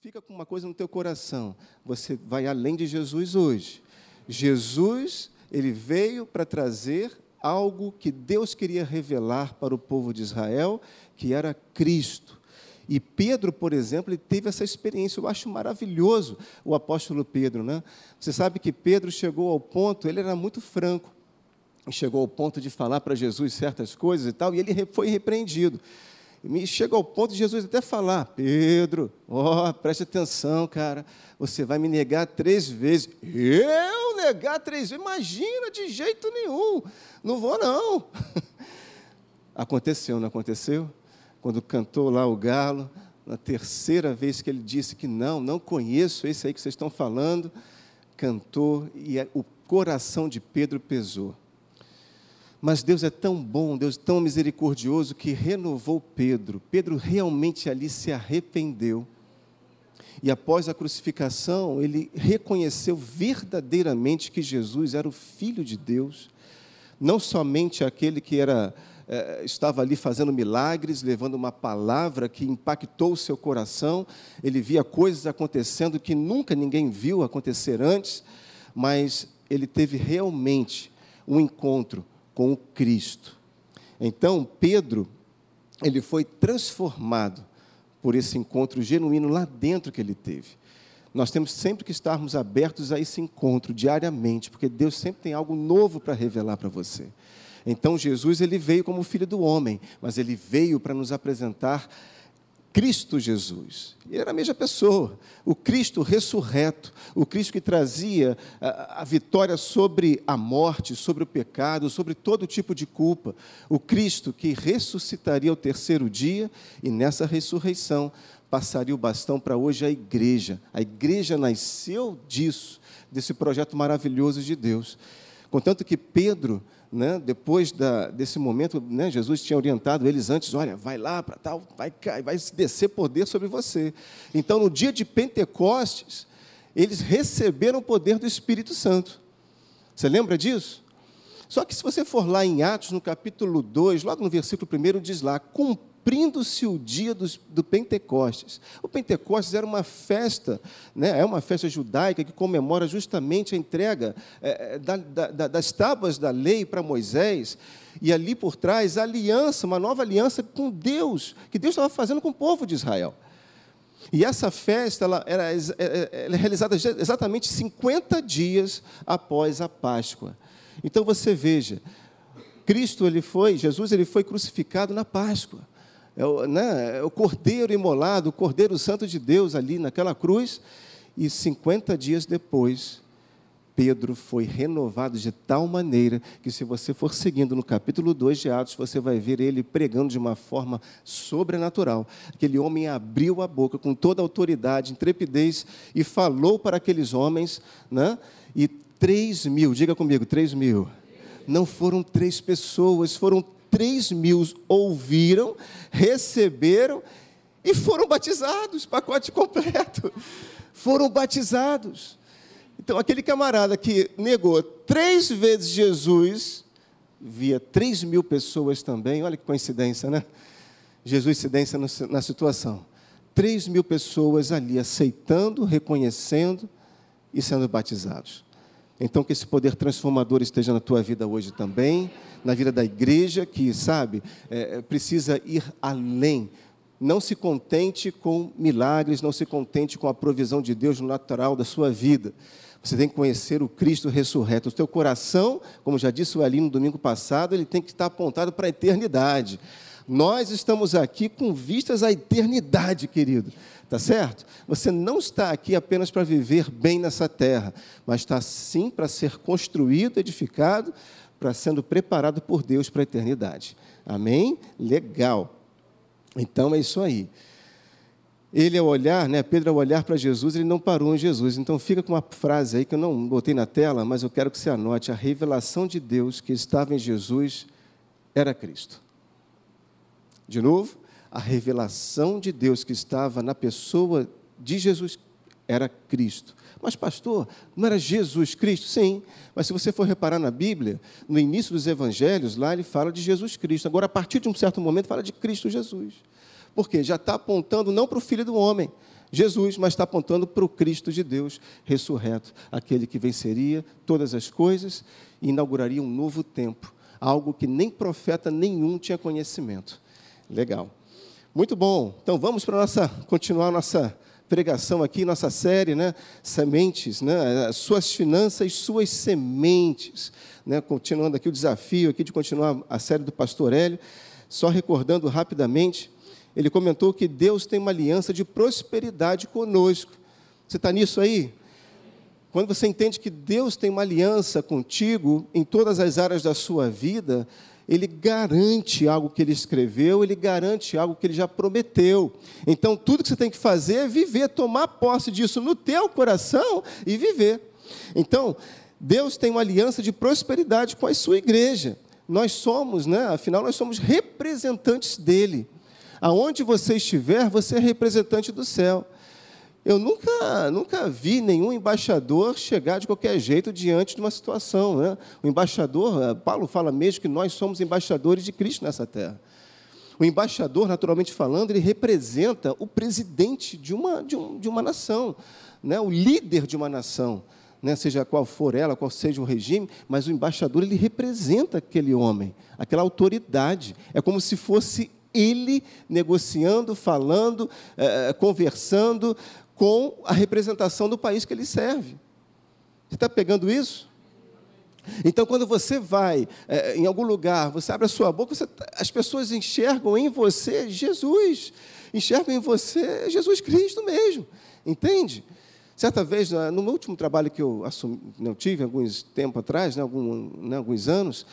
fica com uma coisa no teu coração, você vai além de Jesus hoje. Jesus, ele veio para trazer algo que Deus queria revelar para o povo de Israel, que era Cristo. E Pedro, por exemplo, ele teve essa experiência. Eu acho maravilhoso o apóstolo Pedro, né? Você sabe que Pedro chegou ao ponto, ele era muito franco, chegou ao ponto de falar para Jesus certas coisas e tal, e ele foi repreendido. E chega ao ponto de Jesus até falar: Pedro, preste atenção, cara, você vai me negar 3 vezes. Eu negar 3 vezes? Imagina, de jeito nenhum, não vou não. Aconteceu, não aconteceu? Quando cantou lá o galo, na 3ª vez que ele disse que não conheço esse aí que vocês estão falando, cantou e o coração de Pedro pesou. Mas Deus é tão bom, Deus tão misericordioso, que renovou Pedro. Pedro realmente ali se arrependeu. E após a crucificação, ele reconheceu verdadeiramente que Jesus era o Filho de Deus. Não somente aquele que estava ali fazendo milagres, levando uma palavra que impactou o seu coração. Ele via coisas acontecendo que nunca ninguém viu acontecer antes. Mas ele teve realmente um encontro com o Cristo. Então, Pedro, ele foi transformado por esse encontro genuíno lá dentro que ele teve. Nós temos sempre que estarmos abertos a esse encontro diariamente, porque Deus sempre tem algo novo para revelar para você. Então, Jesus, ele veio como Filho do homem, mas ele veio para nos apresentar Cristo Jesus. Ele era a mesma pessoa, o Cristo ressurreto, o Cristo que trazia a vitória sobre a morte, sobre o pecado, sobre todo tipo de culpa. O Cristo que ressuscitaria ao 3º dia e nessa ressurreição passaria o bastão para hoje a igreja. A igreja nasceu disso, desse projeto maravilhoso de Deus. Contanto que Pedro, né, depois desse momento, né, Jesus tinha orientado eles antes: olha, vai lá para tal, vai descer poder sobre você. Então, no dia de Pentecostes, eles receberam o poder do Espírito Santo. Você lembra disso? Só que se você for lá em Atos, no capítulo 2, logo no versículo 1, diz lá: cumprindo-se o dia do Pentecostes. O Pentecostes era uma festa, né? É uma festa judaica que comemora justamente a entrega das tábuas da lei para Moisés, e ali por trás a aliança, uma nova aliança com Deus, que Deus estava fazendo com o povo de Israel. E essa festa ela é realizada exatamente 50 dias após a Páscoa. Então você veja, Jesus foi crucificado na Páscoa. O Cordeiro imolado, o Cordeiro Santo de Deus ali naquela cruz, e 50 dias depois, Pedro foi renovado de tal maneira que, se você for seguindo no capítulo 2 de Atos, você vai ver ele pregando de uma forma sobrenatural. Aquele homem abriu a boca com toda a autoridade, intrepidez, e falou para aqueles homens, né? E 3.000, diga comigo, 3.000. Não foram 3 pessoas, foram 3.000 ouviram, receberam e foram batizados, pacote completo. Foram batizados. Então, aquele camarada que negou 3 vezes Jesus, via 3.000 pessoas também, olha que coincidência, né? Jesus incidência na situação. 3.000 pessoas ali aceitando, reconhecendo e sendo batizados. Então, que esse poder transformador esteja na tua vida hoje também, na vida da igreja, que, precisa ir além. Não se contente com milagres, não se contente com a provisão de Deus no natural da sua vida. Você tem que conhecer o Cristo ressurreto. O teu coração, como já disse o Ali no domingo passado, ele tem que estar apontado para a eternidade. Nós estamos aqui com vistas à eternidade, querido. Tá certo? Você não está aqui apenas para viver bem nessa terra, mas está sim para ser construído, edificado, para sendo preparado por Deus para a eternidade. Amém? Legal. Então é isso aí. Ele, ao olhar, né, Pedro, ao olhar para Jesus, ele não parou em Jesus. Então fica com uma frase aí que eu não botei na tela, mas eu quero que você anote: a revelação de Deus que estava em Jesus era Cristo. De novo, a revelação de Deus que estava na pessoa de Jesus era Cristo. Mas, pastor, não era Jesus Cristo? Sim, mas se você for reparar na Bíblia, no início dos evangelhos, lá ele fala de Jesus Cristo. Agora, a partir de um certo momento, fala de Cristo Jesus. Por quê? Já está apontando não para o Filho do homem, Jesus, mas está apontando para o Cristo de Deus ressurreto, aquele que venceria todas as coisas e inauguraria um novo tempo, algo que nem profeta nenhum tinha conhecimento. Legal. Muito bom. Então, vamos para continuar nossa pregação aqui, nossa série, né? Sementes, né? Suas finanças, suas sementes. Né? Continuando aqui o desafio aqui de continuar a série do pastor Hélio, só recordando rapidamente, ele comentou que Deus tem uma aliança de prosperidade conosco. Você está nisso aí? Quando você entende que Deus tem uma aliança contigo em todas as áreas da sua vida, Ele garante algo que Ele escreveu, Ele garante algo que Ele já prometeu. Então, tudo que você tem que fazer é viver, tomar posse disso no teu coração e viver. Então, Deus tem uma aliança de prosperidade com a sua igreja. Nós somos, né? Afinal, nós somos representantes dEle. Aonde você estiver, você é representante do céu. Eu nunca vi nenhum embaixador chegar de qualquer jeito diante de uma situação, né? O embaixador, Paulo fala mesmo que nós somos embaixadores de Cristo nessa terra. O embaixador, naturalmente falando, ele representa o presidente de uma nação, né? O líder de uma nação, né? Seja qual for ela, qual seja o regime, mas o embaixador, ele representa aquele homem, aquela autoridade. É como se fosse ele negociando, falando, conversando com a representação do país que ele serve. Você está pegando isso? Então, quando você vai em algum lugar, você abre a sua boca, as pessoas enxergam em você Jesus, enxergam em você Jesus Cristo mesmo, entende? Certa vez, no meu último trabalho que eu tive alguns tempo atrás, alguns anos,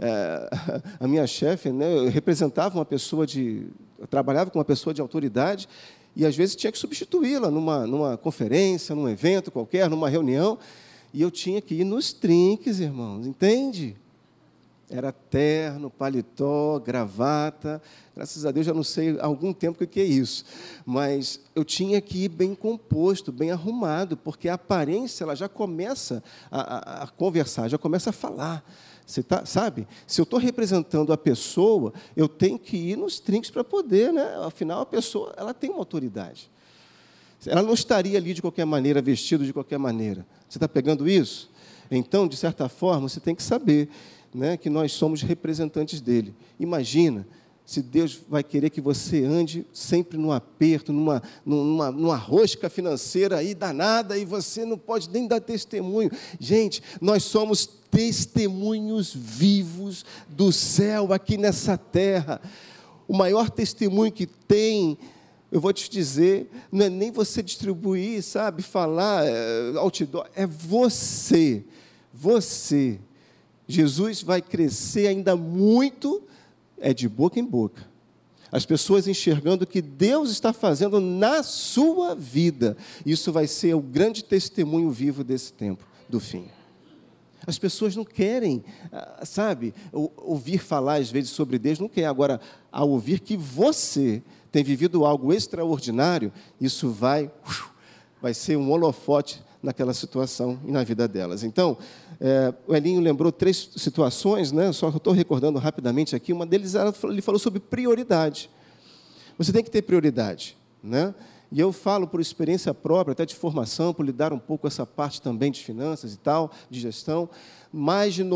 a minha chefe, né, eu representava uma pessoa eu trabalhava com uma pessoa de autoridade e às vezes tinha que substituí-la numa conferência, num evento qualquer, numa reunião, e eu tinha que ir nos trinques, irmãos, entende? Era terno, paletó, gravata, graças a Deus já não sei há algum tempo o que é isso, mas eu tinha que ir bem composto, bem arrumado, porque a aparência ela já começa a conversar, já começa a falar. Você sabe? Se eu estou representando a pessoa, eu tenho que ir nos trinques para poder, né? Afinal, a pessoa ela tem uma autoridade. Ela não estaria ali de qualquer maneira, vestido de qualquer maneira. Você está pegando isso? Então, de certa forma, você tem que saber, né, que nós somos representantes dele. Imagina se Deus vai querer que você ande sempre no aperto, numa rosca financeira aí danada, e você não pode nem dar testemunho. Gente, nós somos testemunhos vivos do céu aqui nessa terra. O maior testemunho que tem, eu vou te dizer, não é nem você distribuir, sabe, falar, outdoor, é você. Você. Jesus vai crescer ainda muito, de boca em boca. As pessoas enxergando o que Deus está fazendo na sua vida. Isso vai ser o grande testemunho vivo desse tempo, do fim. As pessoas não querem, sabe, ouvir falar às vezes sobre Deus, não querem. Agora, ao ouvir que você tem vivido algo extraordinário, isso vai ser um holofote naquela situação e na vida delas. Então, o Elinho lembrou 3 situações, né? Só estou recordando rapidamente aqui. Uma deles, ele falou sobre prioridade. Você tem que ter prioridade, né? E eu falo por experiência própria, até de formação, por lidar um pouco com essa parte também de finanças e tal, de gestão, mais de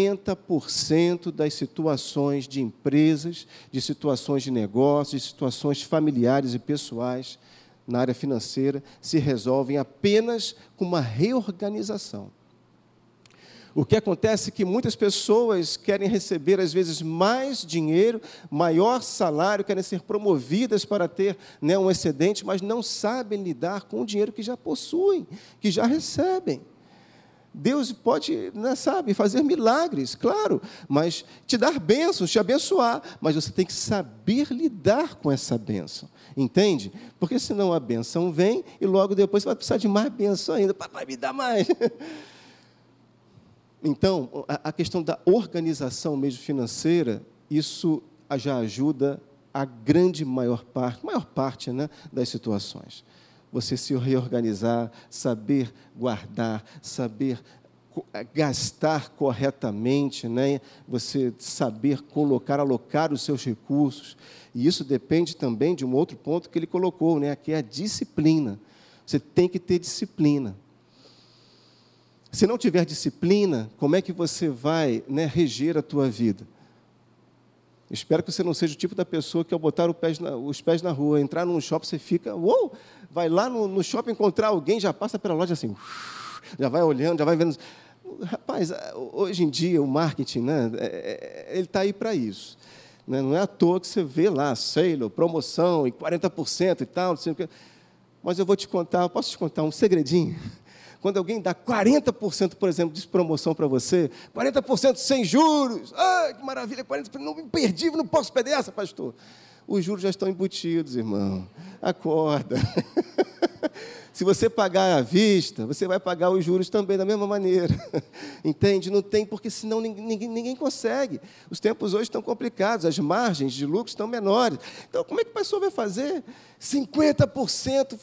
90% das situações de empresas, de situações de negócios, de situações familiares e pessoais, na área financeira, se resolvem apenas com uma reorganização. O que acontece é que muitas pessoas querem receber, às vezes, mais dinheiro, maior salário, querem ser promovidas para ter, né, um excedente, mas não sabem lidar com o dinheiro que já possuem, que já recebem. Deus pode, né, sabe, fazer milagres, claro, mas te dar bênçãos, te abençoar, mas você tem que saber lidar com essa bênção, entende? Porque senão a bênção vem e logo depois você vai precisar de mais bênção ainda, papai me dá mais. Então, a questão da organização mesmo financeira, isso já ajuda a maior parte, né, das situações. Você se reorganizar, saber guardar, saber gastar corretamente, né? Você saber alocar os seus recursos. E isso depende também de um outro ponto que ele colocou, né? Que é a disciplina. Você tem que ter disciplina. Se não tiver disciplina, como é que você vai, né, reger a tua vida? Espero que você não seja o tipo da pessoa que, ao botar os pés na rua, entrar num shopping, você fica, uou, vai lá no shopping encontrar alguém, já passa pela loja assim, já vai olhando, já vai vendo. Rapaz, hoje em dia o marketing, né, ele está aí para isso. Né? Não é à toa que você vê lá, sale, promoção, e 40% e tal, não sei o quê. Mas eu vou te contar, posso te contar um segredinho? Quando alguém dá 40%, por exemplo, de promoção para você, 40% sem juros, que maravilha, 40%, não me perdi, não posso perder essa, pastor. Os juros já estão embutidos, irmão. Acorda. Se você pagar à vista, você vai pagar os juros também da mesma maneira. Entende? Não tem, porque senão ninguém consegue. Os tempos hoje estão complicados, as margens de lucro estão menores. Então, como é que o pastor vai fazer? 50%.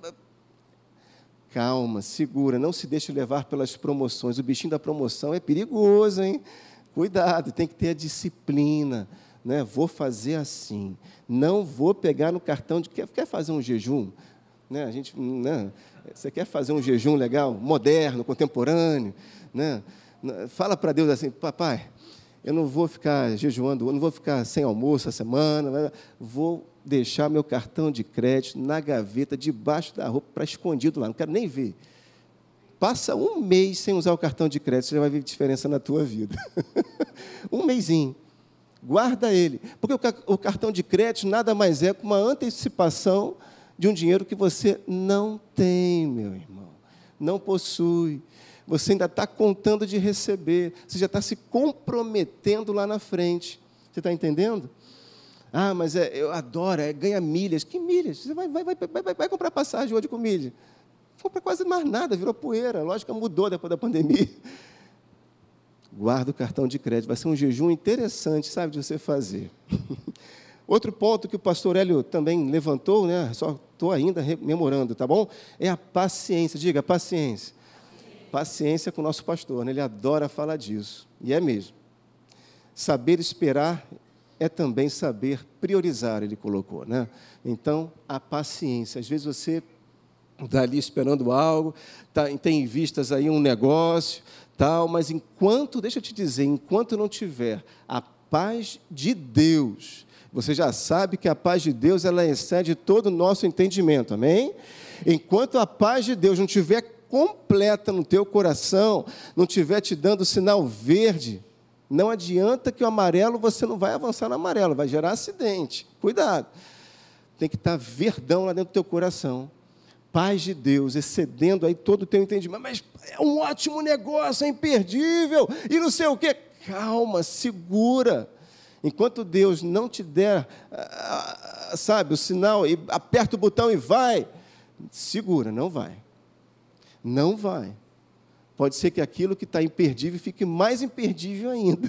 Calma, segura, não se deixe levar pelas promoções. O bichinho da promoção é perigoso, hein? Cuidado, tem que ter a disciplina. Né? Vou fazer assim. Não vou pegar no cartão de... Quer fazer um jejum? Né? Você quer fazer um jejum legal, moderno, contemporâneo? Né? Fala para Deus assim, papai, eu não vou ficar jejuando, eu não vou ficar sem almoço a semana, vou deixar meu cartão de crédito na gaveta, debaixo da roupa, para escondido lá, não quero nem ver. Passa um mês sem usar o cartão de crédito, você já vai ver diferença na tua vida. Um mesinho. Guarda ele. Porque o cartão de crédito nada mais é que uma antecipação de um dinheiro que você não tem, meu irmão. Não possui. Você ainda está contando de receber. Você já está se comprometendo lá na frente. Você está entendendo? Ah, mas eu adoro, ganha milhas. Que milhas? Você vai comprar passagem hoje com milha. Não compra quase mais nada, virou poeira. A lógica mudou depois da pandemia. Guarda o cartão de crédito. Vai ser um jejum interessante, sabe, de você fazer. Outro ponto que o pastor Hélio também levantou, né? Só estou ainda rememorando, tá bom? É a paciência. Diga, paciência. Paciência com o nosso pastor, né? Ele adora falar disso. E é mesmo. Saber esperar é também saber priorizar, ele colocou, né? Então, a paciência. Às vezes você está ali esperando algo, tem em vistas aí um negócio, tal, mas deixa eu te dizer, enquanto não tiver a paz de Deus, você já sabe que a paz de Deus, ela excede todo o nosso entendimento, amém? Enquanto a paz de Deus não estiver completa no teu coração, não estiver te dando sinal verde, não adianta que o amarelo, você não vai avançar no amarelo, vai gerar acidente. Cuidado. Tem que estar verdão lá dentro do teu coração. Paz de Deus, excedendo aí todo o teu entendimento. Mas é um ótimo negócio, é imperdível, e não sei o quê. Calma, segura. Enquanto Deus não te der, sabe, o sinal, e aperta o botão e vai, segura, não vai. Não vai. Pode ser que aquilo que está imperdível fique mais imperdível ainda.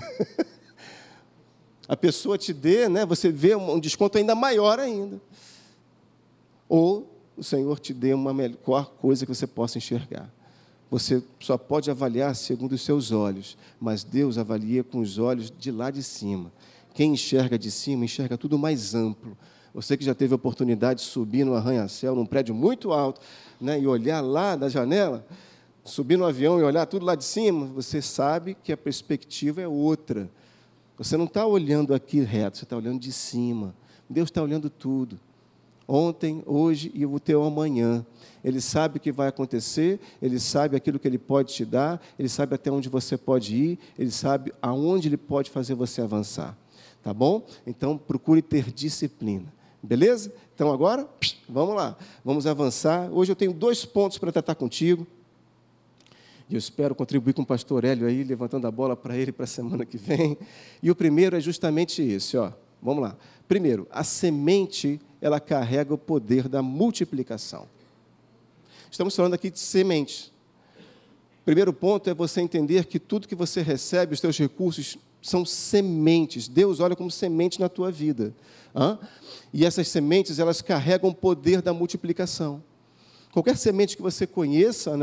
A pessoa te dê, né, você vê um desconto ainda maior ainda. Ou o Senhor te dê uma melhor coisa que você possa enxergar. Você só pode avaliar segundo os seus olhos, mas Deus avalia com os olhos de lá de cima. Quem enxerga de cima, enxerga tudo mais amplo. Você que já teve a oportunidade de subir no arranha-céu, num prédio muito alto, né, e olhar lá da janela, subir no avião e olhar tudo lá de cima, você sabe que a perspectiva é outra. Você não está olhando aqui reto, você está olhando de cima. Deus está olhando tudo. Ontem, hoje e o teu amanhã. Ele sabe o que vai acontecer, Ele sabe aquilo que Ele pode te dar, Ele sabe até onde você pode ir, Ele sabe aonde Ele pode fazer você avançar. Tá bom? Então, procure ter disciplina. Beleza? Então, agora, vamos lá. Vamos avançar. Hoje eu tenho 2 pontos para tratar contigo. E eu espero contribuir com o pastor Hélio aí, levantando a bola para ele para a semana que vem. E o primeiro é justamente esse, ó. Vamos lá. Primeiro, a semente, ela carrega o poder da multiplicação. Estamos falando aqui de sementes. Primeiro ponto é você entender que tudo que você recebe, os teus recursos, são sementes. Deus olha como semente na tua vida. E essas sementes, elas carregam o poder da multiplicação. Qualquer semente que você conheça, né,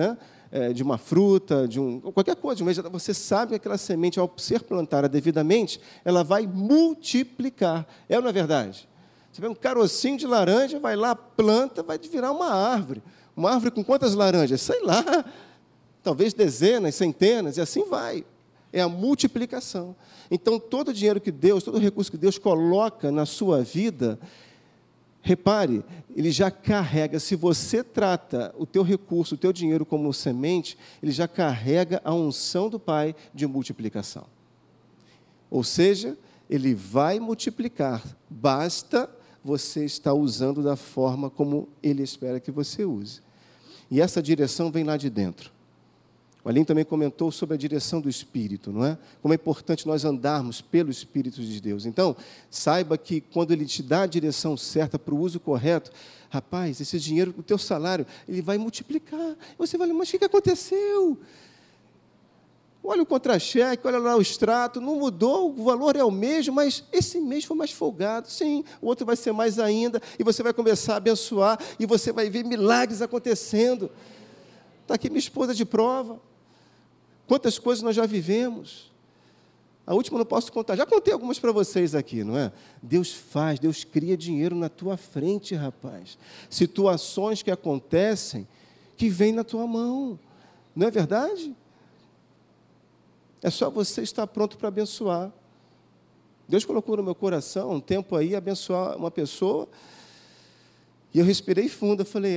de uma fruta, qualquer coisa, você sabe que aquela semente, ao ser plantada devidamente, ela vai multiplicar. É ou não é verdade? Você pega um carocinho de laranja, vai lá, planta, vai virar uma árvore. Uma árvore com quantas laranjas? Sei lá, talvez dezenas, centenas, e assim vai. É a multiplicação. Então, todo o dinheiro que Deus, todo o recurso que Deus coloca na sua vida, repare, ele já carrega, se você trata o teu recurso, o teu dinheiro como semente, ele já carrega a unção do Pai de multiplicação. Ou seja, ele vai multiplicar, basta você estar usando da forma como ele espera que você use. E essa direção vem lá de dentro. O Aline também comentou sobre a direção do Espírito, não é? Como é importante nós andarmos pelo Espírito de Deus. Então, saiba que quando Ele te dá a direção certa para o uso correto, rapaz, esse dinheiro, o teu salário, ele vai multiplicar. Você vai falar, mas o que aconteceu? Olha o contra-cheque, olha lá o extrato, não mudou, o valor é o mesmo, mas esse mês foi mais folgado. Sim, o outro vai ser mais ainda, e você vai começar a abençoar, e você vai ver milagres acontecendo. Está aqui minha esposa de prova. Quantas coisas nós já vivemos. A última eu não posso contar. Já contei algumas para vocês aqui, não é? Deus faz, Deus cria dinheiro na tua frente, rapaz. Situações que acontecem, que vêm na tua mão. Não é verdade? É só você estar pronto para abençoar. Deus colocou no meu coração um tempo aí abençoar uma pessoa. E eu respirei fundo. Eu falei,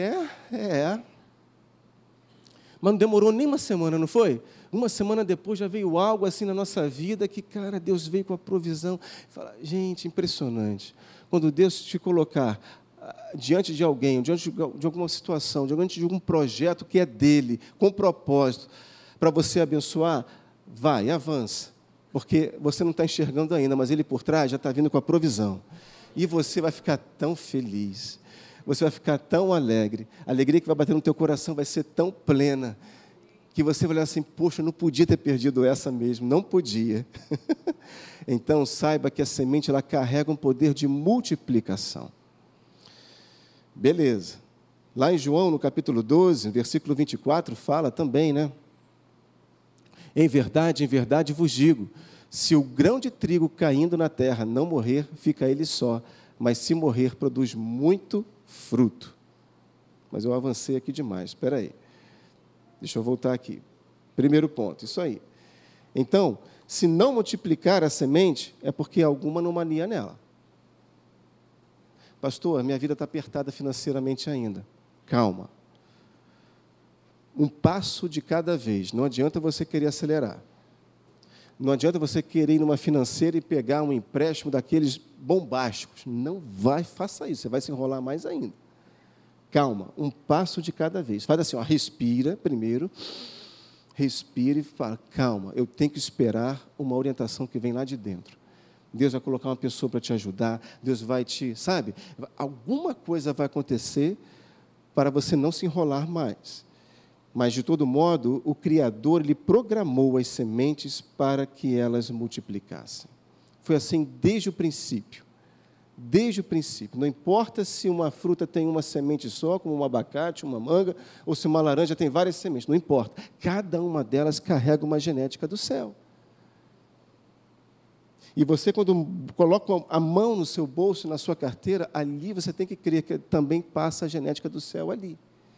Mas não demorou nem uma semana, não foi? Uma semana depois já veio algo assim na nossa vida que, cara, Deus veio com a provisão. Fala, gente, impressionante. Quando Deus te colocar diante de alguém, diante de alguma situação, diante de algum projeto que é dele, com propósito, para você abençoar, vai, avança. Porque você não está enxergando ainda, mas ele por trás já está vindo com a provisão. E você vai ficar tão feliz. Você vai ficar tão alegre. A alegria que vai bater no teu coração vai ser tão plena que você vai olhar assim, poxa, eu não podia ter perdido essa mesmo, não podia. Então, saiba que a semente, ela carrega um poder de multiplicação. Beleza. Lá em João, no capítulo 12, versículo 24, fala também, né? Em verdade vos digo, se o grão de trigo caindo na terra não morrer, fica ele só, mas se morrer, produz muito fruto. Mas eu avancei aqui demais, espera aí. Deixa eu voltar aqui. Primeiro ponto, isso aí. Então, se não multiplicar a semente, é porque alguma anomalia nela. Pastor, minha vida está apertada financeiramente ainda. Calma. Um passo de cada vez. Não adianta você querer acelerar. Não adianta você querer ir numa financeira e pegar um empréstimo daqueles bombásticos. Não vai, faça isso. Você vai se enrolar mais ainda. Calma, um passo de cada vez. Faz assim, ó, respira primeiro, respira e fala, calma, eu tenho que esperar uma orientação que vem lá de dentro. Deus vai colocar uma pessoa para te ajudar, Deus vai te, sabe, alguma coisa vai acontecer para você não se enrolar mais. Mas, de todo modo, o Criador, ele programou as sementes para que elas multiplicassem. Foi assim desde o princípio. Desde o princípio. Não importa se uma fruta tem uma semente só, como um abacate, uma manga, ou se uma laranja tem várias sementes, não importa. Cada uma delas carrega uma genética do céu. E você, quando coloca a mão no seu bolso, na sua carteira, ali você tem que crer que também passa a genética do céu ali.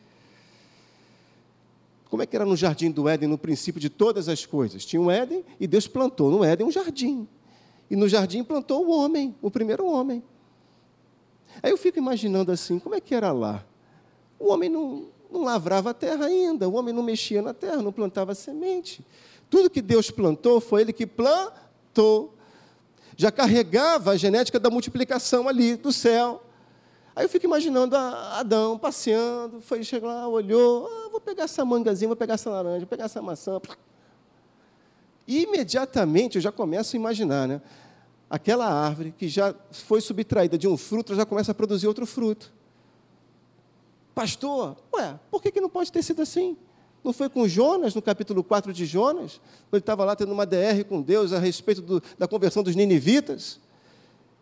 Como é que era no jardim do Éden, no princípio de todas as coisas? Tinha um Éden e Deus plantou no Éden um jardim. E no jardim plantou o homem, o primeiro homem. Aí eu fico imaginando assim, como é que era lá? O homem não lavrava a terra ainda, o homem não mexia na terra, não plantava semente. Tudo que Deus plantou, foi Ele que plantou. Já carregava a genética da multiplicação ali, do céu. Aí eu fico imaginando Adão passeando, foi chegar lá, olhou, vou pegar essa mangazinha, vou pegar essa laranja, vou pegar essa maçã. E imediatamente eu já começo a imaginar, né? Aquela árvore que já foi subtraída de um fruto, já começa a produzir outro fruto. Pastor, por que não pode ter sido assim? Não foi com Jonas, no capítulo 4 de Jonas? Ele estava lá tendo uma DR com Deus a respeito da conversão dos ninivitas.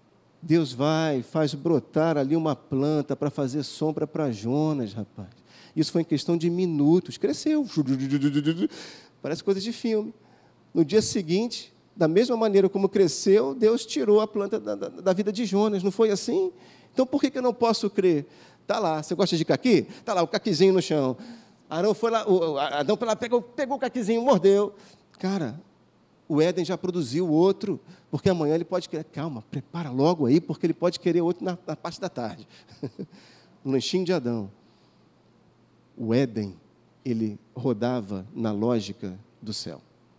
Deus faz brotar ali uma planta para fazer sombra para Jonas, rapaz. Isso foi em questão de minutos. Cresceu. Parece coisa de filme. No dia seguinte, da mesma maneira como cresceu, Deus tirou a planta da vida de Jonas. Não foi assim? Então, por que eu não posso crer? Está lá. Você gosta de caqui? Está lá o caquizinho no chão. Adão foi lá, pegou o caquizinho, mordeu. Cara, o Éden já produziu outro, porque amanhã ele pode querer. Calma, prepara logo aí, porque ele pode querer outro na parte da tarde. Um lanchinho de Adão. O Éden, ele rodava na lógica do céu.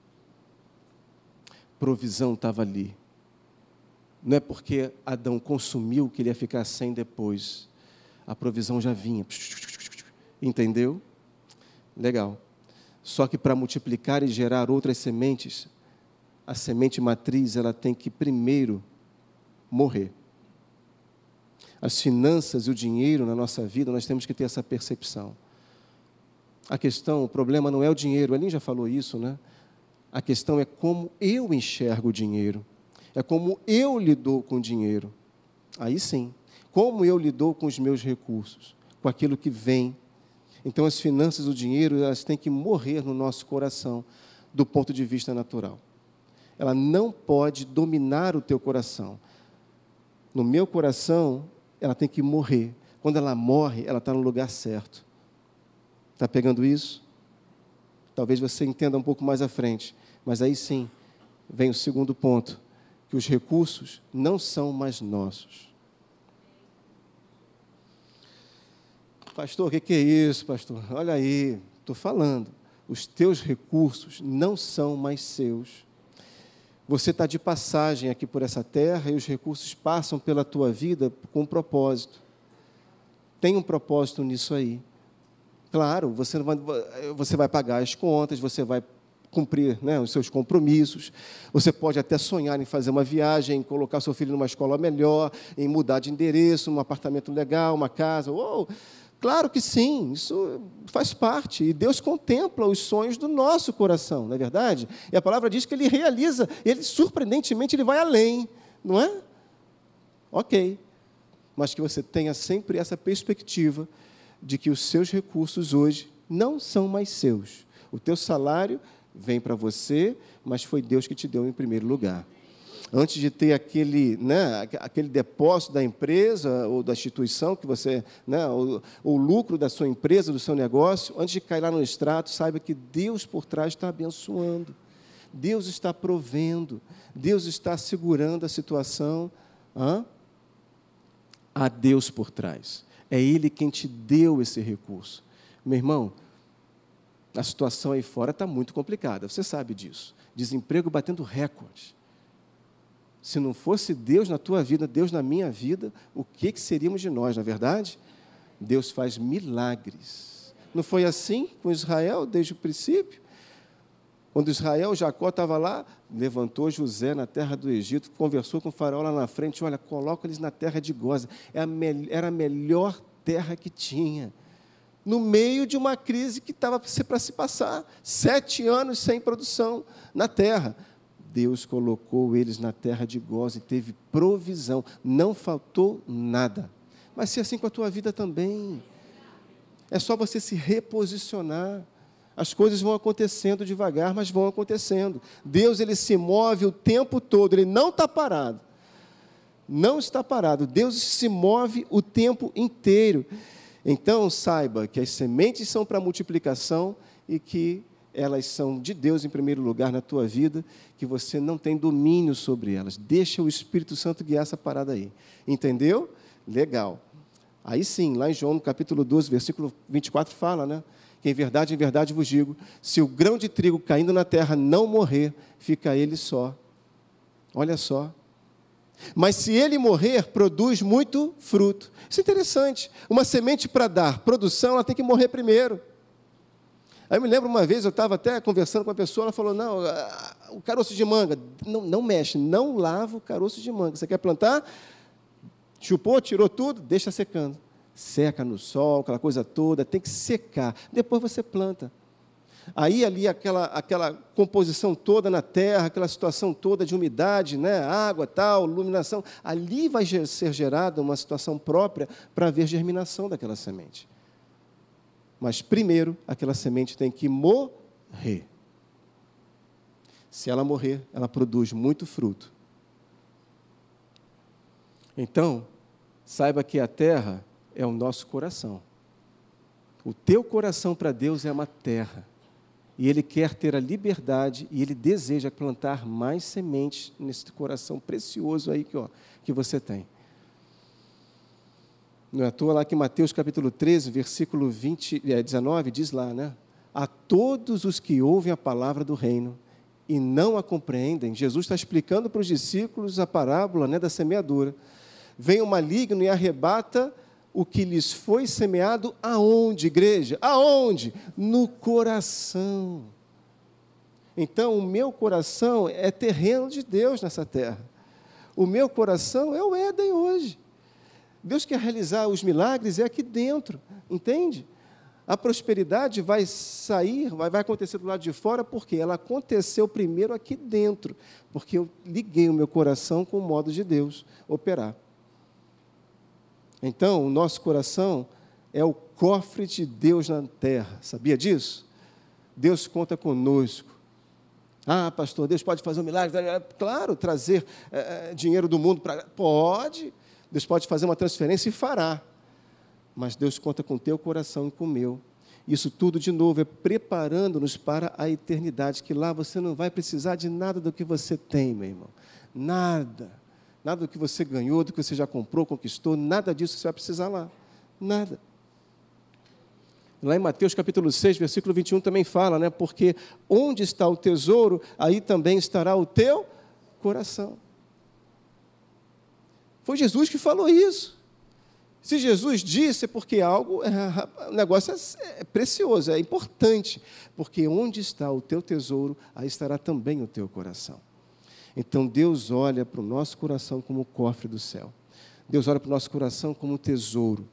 Provisão estava ali. Não é porque Adão consumiu que ele ia ficar sem depois. A provisão já vinha. Entendeu? Legal. Só que para multiplicar e gerar outras sementes, a semente matriz ela tem que primeiro morrer. As finanças e o dinheiro na nossa vida, nós temos que ter essa percepção. A questão, o problema não é o dinheiro, Elin já falou isso, né? A questão é como eu enxergo o dinheiro, é como eu lido com o dinheiro. Aí sim, como eu lido com os meus recursos, com aquilo que vem. Então, as finanças, o dinheiro, elas têm que morrer no nosso coração, do ponto de vista natural. Ela não pode dominar o teu coração. No meu coração, ela tem que morrer. Quando ela morre, ela está no lugar certo. Está pegando isso? Talvez você entenda um pouco mais à frente. Mas aí sim, vem o segundo ponto, que os recursos não são mais nossos. Pastor, o que é isso, pastor? Olha aí, estou falando. Os teus recursos não são mais seus. Você está de passagem aqui por essa terra e os recursos passam pela tua vida com um propósito. Tem um propósito nisso aí. Claro, você vai pagar as contas, você vai cumprir, né, os seus compromissos. Você pode até sonhar em fazer uma viagem, em colocar seu filho numa escola melhor, em mudar de endereço, um apartamento legal, uma casa. Claro que sim, isso faz parte. E Deus contempla os sonhos do nosso coração, não é verdade? E a palavra diz que Ele realiza, Ele, surpreendentemente, Ele vai além, não é? Ok. Mas que você tenha sempre essa perspectiva de que os seus recursos hoje não são mais seus. O teu salário vem para você, mas foi Deus que te deu em primeiro lugar. Antes de ter aquele depósito da empresa ou da instituição que você, o lucro da sua empresa, do seu negócio, antes de cair lá no extrato, saiba que Deus por trás está abençoando, Deus está provendo, Deus está segurando a situação. Há Deus por trás. É Ele quem te deu esse recurso. Meu irmão, a situação aí fora está muito complicada, você sabe disso. Desemprego batendo recorde. Se não fosse Deus na tua vida, Deus na minha vida, o que seríamos de nós, não é verdade? Deus faz milagres. Não foi assim com Israel desde o princípio? Quando Jacó estava lá, levantou José na terra do Egito, conversou com o faraó lá na frente, olha, coloca eles na terra de Gósen. Era a melhor terra que tinha. No meio de uma crise que estava para se passar. 7 anos sem produção na terra. Deus colocou eles na terra de Gósen, teve provisão, não faltou nada. Mas se assim com a tua vida também, é só você se reposicionar. As coisas vão acontecendo devagar, mas vão acontecendo. Deus, Ele se move o tempo todo, Ele não está parado. Não está parado, Deus se move o tempo inteiro. Então, saiba que as sementes são para multiplicação e que elas são de Deus em primeiro lugar na tua vida, que você não tem domínio sobre elas. Deixa o Espírito Santo guiar essa parada aí. Entendeu? Legal. Aí sim, lá em João, no capítulo 12, versículo 24, fala, né? Que em verdade vos digo, se o grão de trigo caindo na terra não morrer, fica ele só. Olha só. Mas se ele morrer, produz muito fruto. Isso é interessante. Uma semente para dar produção, ela tem que morrer primeiro. Aí eu me lembro uma vez, eu estava até conversando com uma pessoa, ela falou, não, o caroço de manga, não mexe, não lava o caroço de manga. Você quer plantar? Chupou, tirou tudo, deixa secando. Seca no sol, aquela coisa toda, tem que secar. Depois você planta. Aí ali aquela composição toda na terra, aquela situação toda de umidade, né, água, tal, iluminação, ali vai ser gerada uma situação própria para haver germinação daquela semente. Mas primeiro, aquela semente tem que morrer. Se ela morrer, ela produz muito fruto. Então, saiba que a terra é o nosso coração. O teu coração para Deus é uma terra. E Ele quer ter a liberdade e Ele deseja plantar mais sementes nesse coração precioso aí que você tem. Não é à toa lá que Mateus capítulo 13, versículo 19, diz lá, né? A todos os que ouvem a palavra do reino e não a compreendem, Jesus está explicando para os discípulos a parábola, né, da semeadura. Vem o maligno e arrebata o que lhes foi semeado aonde, igreja? Aonde? No coração. Então, o meu coração é terreno de Deus nessa terra. O meu coração é o Éden hoje. Deus quer realizar os milagres aqui dentro, entende? A prosperidade vai sair, vai acontecer do lado de fora, porque ela aconteceu primeiro aqui dentro, porque eu liguei o meu coração com o modo de Deus operar. Então, o nosso coração é o cofre de Deus na terra, sabia disso? Deus conta conosco. Ah, pastor, Deus pode fazer um milagre? Claro, trazer dinheiro do mundo para... Pode, Deus pode fazer uma transferência e fará. Mas Deus conta com o teu coração e com o meu. Isso tudo, de novo, é preparando-nos para a eternidade, que lá você não vai precisar de nada do que você tem, meu irmão. Nada. Nada do que você ganhou, do que você já comprou, conquistou, nada disso você vai precisar lá. Nada. Lá em Mateus capítulo 6, versículo 21 também fala, né? Porque onde está o tesouro, aí também estará o teu coração. Foi Jesus que falou isso. Se Jesus disse, é porque o negócio é precioso, é importante. Porque onde está o teu tesouro, aí estará também o teu coração. Então, Deus olha para o nosso coração como o cofre do céu. Deus olha para o nosso coração como um tesouro.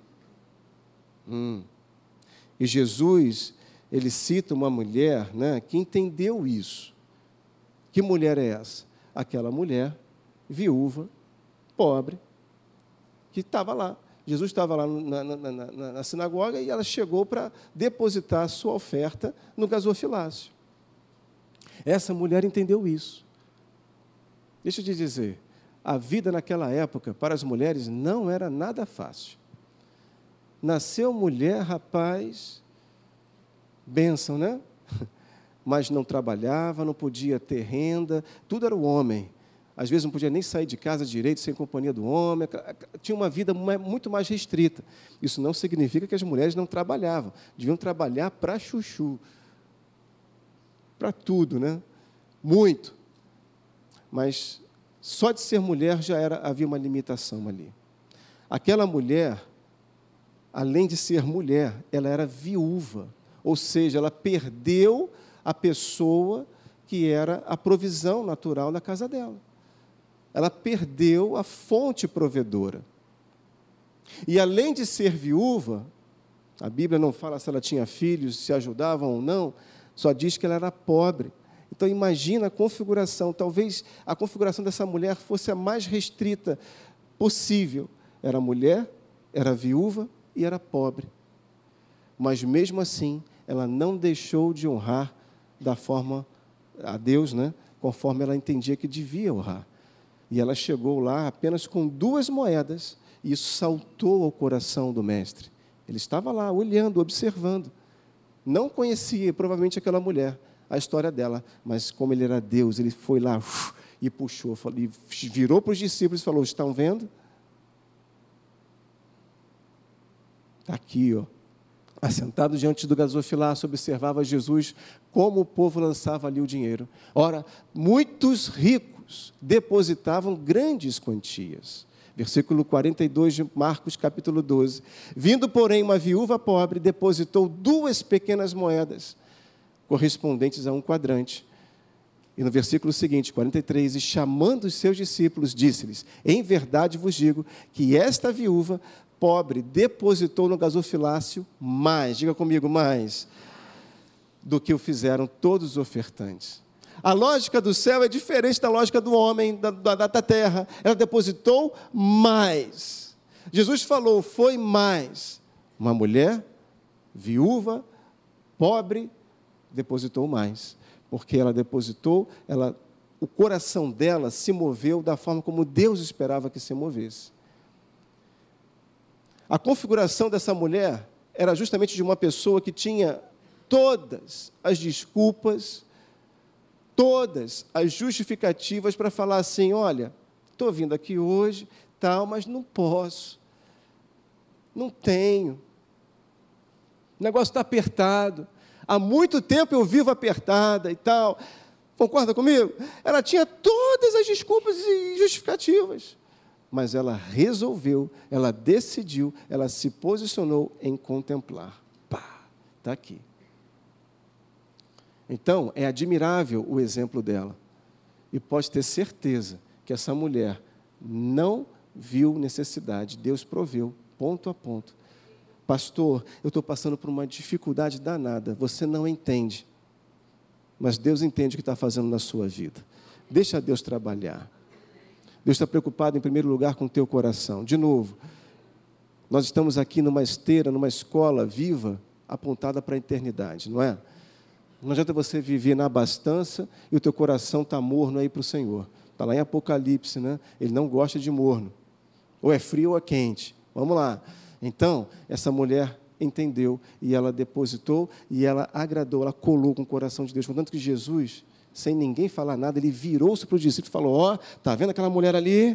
E Jesus, ele cita uma mulher, né, que entendeu isso. Que mulher é essa? Aquela mulher viúva, pobre, que estava lá. Jesus estava lá na sinagoga e ela chegou para depositar a sua oferta no gasofilácio. Essa mulher entendeu isso. Deixa eu te dizer, a vida naquela época, para as mulheres, não era nada fácil. Nasceu mulher, rapaz, bênção, né? Mas não trabalhava, não podia ter renda, tudo era o homem. Às vezes não podia nem sair de casa direito, sem companhia do homem, tinha uma vida muito mais restrita. Isso não significa que as mulheres não trabalhavam, deviam trabalhar para chuchu, para tudo, né? Muito. Mas só de ser mulher havia uma limitação ali. Aquela mulher, além de ser mulher, ela era viúva, ou seja, ela perdeu a pessoa que era a provisão natural na casa dela. Ela perdeu a fonte provedora. E além de ser viúva, a Bíblia não fala se ela tinha filhos, se ajudavam ou não, só diz que ela era pobre. Então, imagina a configuração, talvez a configuração dessa mulher fosse a mais restrita possível. Era mulher, era viúva e era pobre. Mas, mesmo assim, ela não deixou de honrar da forma a Deus, né? Conforme ela entendia que devia honrar. E ela chegou lá apenas com 2 moedas, e isso saltou ao coração do mestre. Ele estava lá, olhando, observando. Não conhecia, provavelmente, aquela mulher, a história dela, mas como ele era Deus, ele foi lá e puxou, e virou para os discípulos e falou: estão vendo? Está aqui, ó. Assentado diante do gasofilácio, observava Jesus como o povo lançava ali o dinheiro. Ora, muitos ricos depositavam grandes quantias. Versículo 42 de Marcos, capítulo 12. Vindo, porém, uma viúva pobre, depositou 2 pequenas moedas, correspondentes a 1 quadrante. E no versículo seguinte, 43, e chamando os seus discípulos, disse-lhes: em verdade vos digo que esta viúva pobre depositou no gasofilácio mais, diga comigo, mais, do que o fizeram todos os ofertantes. A lógica do céu é diferente da lógica do homem, da terra. Ela depositou mais. Jesus falou, foi mais. Uma mulher Viúva, pobre, depositou mais. Porque ela depositou, o coração dela se moveu da forma como Deus esperava que se movesse. A configuração dessa mulher era justamente de uma pessoa que tinha todas as desculpas, todas as justificativas para falar assim, olha, estou vindo aqui hoje, tal, mas não posso, não tenho, o negócio está apertado, há muito tempo eu vivo apertada e tal, concorda comigo? Ela tinha todas as desculpas e justificativas, mas ela resolveu, ela decidiu, ela se posicionou em contemplar. Pá, está aqui. Então, é admirável o exemplo dela. E pode ter certeza que essa mulher não viu necessidade. Deus proveu, ponto a ponto. Pastor, eu estou passando por uma dificuldade danada. Você não entende. Mas Deus entende o que está fazendo na sua vida. Deixa Deus trabalhar. Deus está preocupado, em primeiro lugar, com o teu coração. De novo, nós estamos aqui numa esteira, numa escola viva, apontada para a eternidade, não é? Não adianta você viver na abastança e o teu coração está morno aí para o Senhor. Está lá em Apocalipse, né? Ele não gosta de morno. Ou é frio ou é quente. Vamos lá. Então, essa mulher entendeu e ela depositou e ela agradou, ela colou com o coração de Deus. Contanto que Jesus, sem ninguém falar nada, ele virou-se para o discípulo e falou, ó, está vendo aquela mulher ali?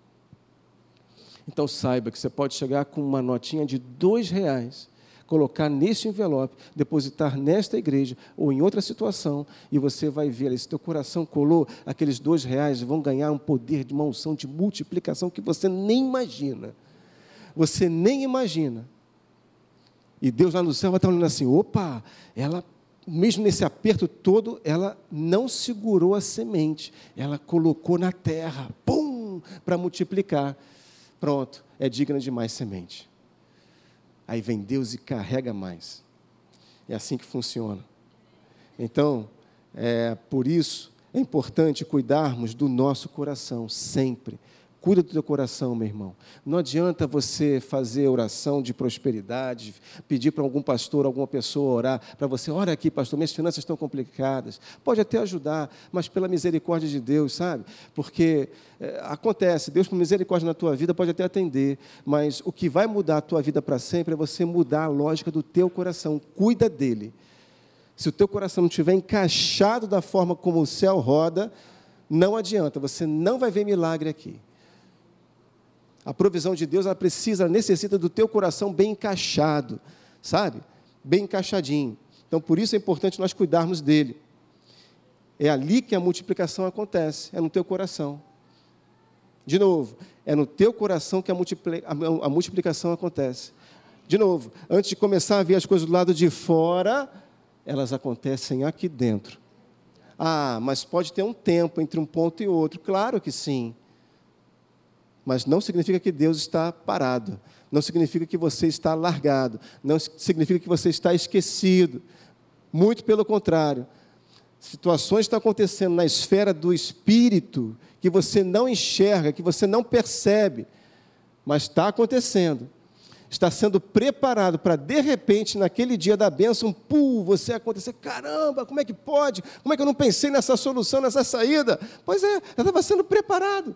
Então saiba que você pode chegar com uma notinha de R$2, colocar nesse envelope, depositar nesta igreja ou em outra situação, e você vai ver, se teu coração colou, aqueles R$2 vão ganhar um poder de uma unção de multiplicação que você nem imagina. Você nem imagina. E Deus lá no céu vai estar olhando assim, opa, ela, mesmo nesse aperto todo, ela não segurou a semente, ela colocou na terra, pum, para multiplicar. Pronto, é digna de mais semente. Aí vem Deus e carrega mais. É assim que funciona. Então, por isso, é importante cuidarmos do nosso coração, sempre. Cuida do teu coração, meu irmão. Não adianta você fazer oração de prosperidade, pedir para algum pastor, alguma pessoa orar para você. Ora aqui, pastor, minhas finanças estão complicadas. Pode até ajudar, mas pela misericórdia de Deus, sabe? Porque acontece, Deus, por misericórdia na tua vida, pode até atender, mas o que vai mudar a tua vida para sempre é você mudar a lógica do teu coração. Cuida dele. Se o teu coração não estiver encaixado da forma como o céu roda, não adianta, você não vai ver milagre aqui. A provisão de Deus, ela necessita do teu coração bem encaixado, sabe? Bem encaixadinho. Então, por isso é importante nós cuidarmos dele. É ali que a multiplicação acontece, é no teu coração. De novo, é no teu coração que a multiplicação acontece. De novo, antes de começar a ver as coisas do lado de fora, elas acontecem aqui dentro. Ah, mas pode ter um tempo entre um ponto e outro. Claro que sim. Mas não significa que Deus está parado, não significa que você está largado, não significa que você está esquecido. Muito pelo contrário. Situações estão acontecendo na esfera do espírito que você não enxerga, que você não percebe, mas está acontecendo. Está sendo preparado para, de repente, naquele dia da bênção, você acontecer, caramba, como é que pode? Como é que eu não pensei nessa solução, nessa saída? Pois é, já estava sendo preparado.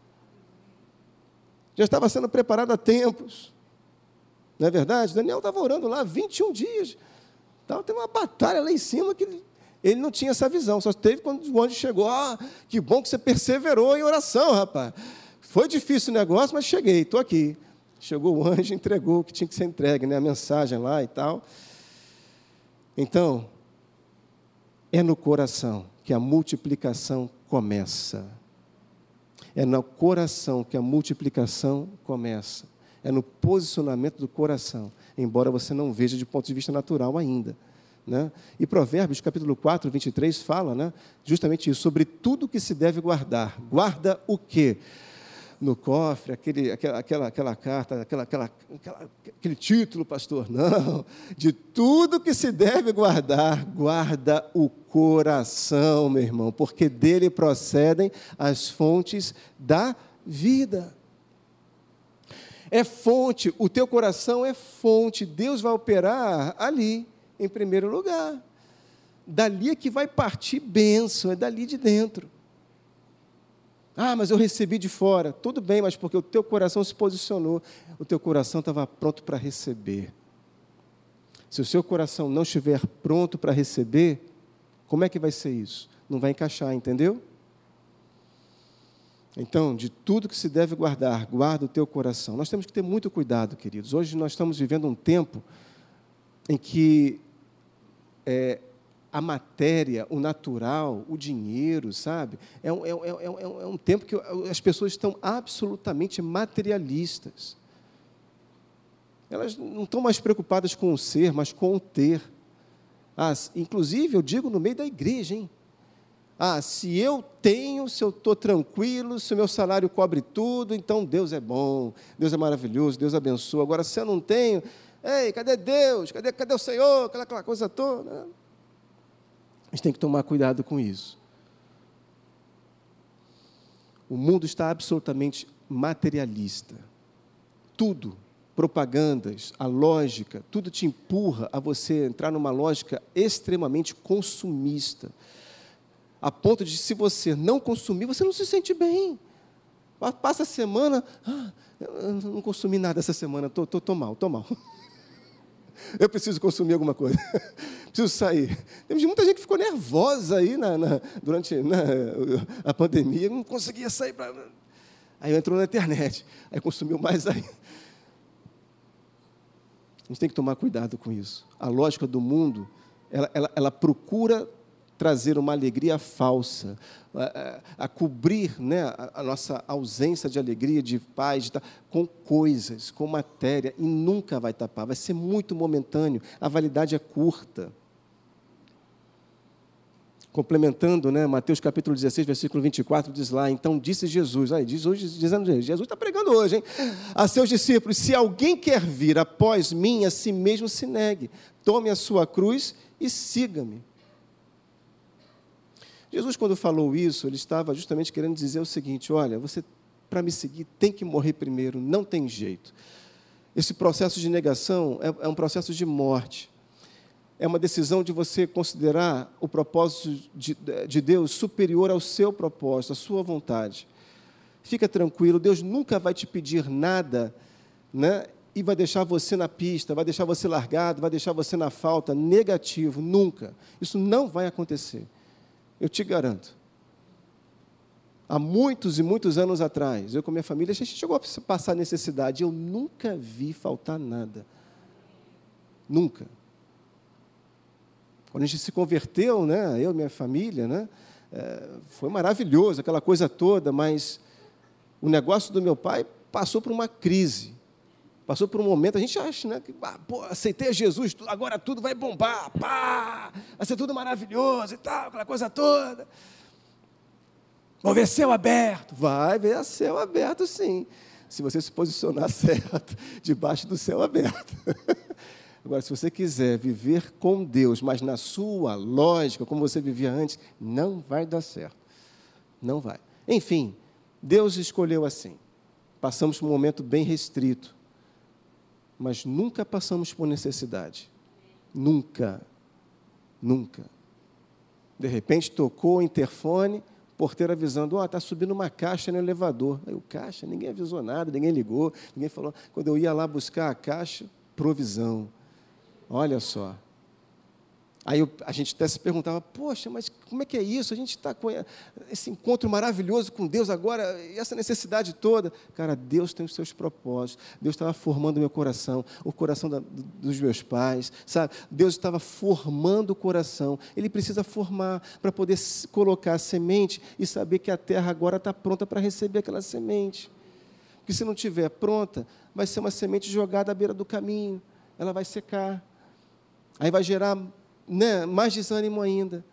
Já estava sendo preparado há tempos. Não é verdade? Daniel estava orando lá 21 dias. Então, tem uma batalha lá em cima que ele não tinha essa visão. Só teve quando o anjo chegou. Ah, que bom que você perseverou em oração, rapaz. Foi difícil o negócio, mas cheguei, estou aqui. Chegou o anjo, entregou o que tinha que ser entregue, né? A mensagem lá e tal. Então, é no coração que a multiplicação começa. É no coração que a multiplicação começa. É no posicionamento do coração, embora você não veja de ponto de vista natural ainda. Né? E Provérbios, capítulo 4, 23, fala, né, justamente isso, sobre tudo que se deve guardar. Guarda o quê? No cofre, aquela carta, aquele título, pastor, não, de tudo que se deve guardar, guarda o coração, meu irmão, porque dele procedem as fontes da vida. É fonte, o teu coração é fonte. Deus vai operar ali, em primeiro lugar. Dali é que vai partir bênção, é dali de dentro. Ah, mas eu recebi de fora. Tudo bem, mas porque o teu coração se posicionou, o teu coração estava pronto para receber. Se o seu coração não estiver pronto para receber, como é que vai ser isso? Não vai encaixar, entendeu? Então, de tudo que se deve guardar, guarda o teu coração. Nós temos que ter muito cuidado, queridos. Hoje nós estamos vivendo um tempo em que a matéria, o natural, o dinheiro, sabe? É um tempo que as pessoas estão absolutamente materialistas. Elas não estão mais preocupadas com o ser, mas com o ter. Inclusive, eu digo no meio da igreja, hein? Se eu tenho, se eu estou tranquilo, se o meu salário cobre tudo, então Deus é bom, Deus é maravilhoso, Deus abençoa. Agora, se eu não tenho, ei, cadê Deus? Cadê o Senhor? Aquela coisa toda. A gente tem que tomar cuidado com isso. O mundo está absolutamente materialista. Tudo, propagandas, a lógica, tudo te empurra a você entrar numa lógica extremamente consumista, a ponto de, se você não consumir, você não se sente bem. Passa a semana, eu não consumi nada essa semana, estou mal. Eu preciso consumir alguma coisa, preciso sair. Temos muita gente que ficou nervosa aí durante a pandemia, não conseguia sair. Aí entrou na internet, aí consumiu mais ainda. A gente tem que tomar cuidado com isso. A lógica do mundo, ela procura trazer uma alegria falsa, a cobrir, né, a nossa ausência de alegria, de paz, com coisas, com matéria, e nunca vai tapar, vai ser muito momentâneo, a validade é curta. Complementando, né, Mateus capítulo 16, versículo 24, diz lá, então disse Jesus, Jesus está pregando hoje, hein, a seus discípulos, se alguém quer vir após mim, a si mesmo se negue, tome a sua cruz e siga-me. Jesus, quando falou isso, ele estava justamente querendo dizer o seguinte, olha, você, para me seguir, tem que morrer primeiro, não tem jeito. Esse processo de negação é um processo de morte. É uma decisão de você considerar o propósito de Deus superior ao seu propósito, à sua vontade. Fica tranquilo, Deus nunca vai te pedir nada, né, e vai deixar você na pista, vai deixar você largado, vai deixar você na falta, negativo, nunca. Isso não vai acontecer. Eu te garanto. Há muitos e muitos anos atrás, eu com minha família, a gente chegou a passar necessidade. Eu nunca vi faltar nada. Nunca. Quando a gente se converteu, né, eu e minha família, né, foi maravilhoso, aquela coisa toda, mas o negócio do meu pai passou por uma crise. Passou por um momento, a gente acha, né, que aceitei a Jesus, agora tudo vai bombar, vai ser tudo maravilhoso e tal, aquela coisa toda. Vou ver céu aberto. Vai ver céu aberto, sim, se você se posicionar certo, debaixo do céu aberto. Agora, se você quiser viver com Deus, mas na sua lógica, como você vivia antes, não vai dar certo. Não vai. Enfim, Deus escolheu assim. Passamos por um momento bem restrito. Mas nunca passamos por necessidade. Nunca. Nunca. De repente, tocou o interfone, porteiro avisando, está subindo uma caixa no elevador. Aí o caixa, ninguém avisou nada, ninguém ligou, ninguém falou. Quando eu ia lá buscar a caixa, provisão. Olha só. Aí a gente até se perguntava, poxa, mas como é que é isso? A gente está com esse encontro maravilhoso com Deus agora, e essa necessidade toda. Cara, Deus tem os seus propósitos. Deus estava formando o meu coração, o coração dos meus pais, sabe? Deus estava formando o coração. Ele precisa formar para poder colocar a semente e saber que a terra agora está pronta para receber aquela semente. Porque se não estiver pronta, vai ser uma semente jogada à beira do caminho. Ela vai secar. Aí vai gerar, né, mais desânimo ainda.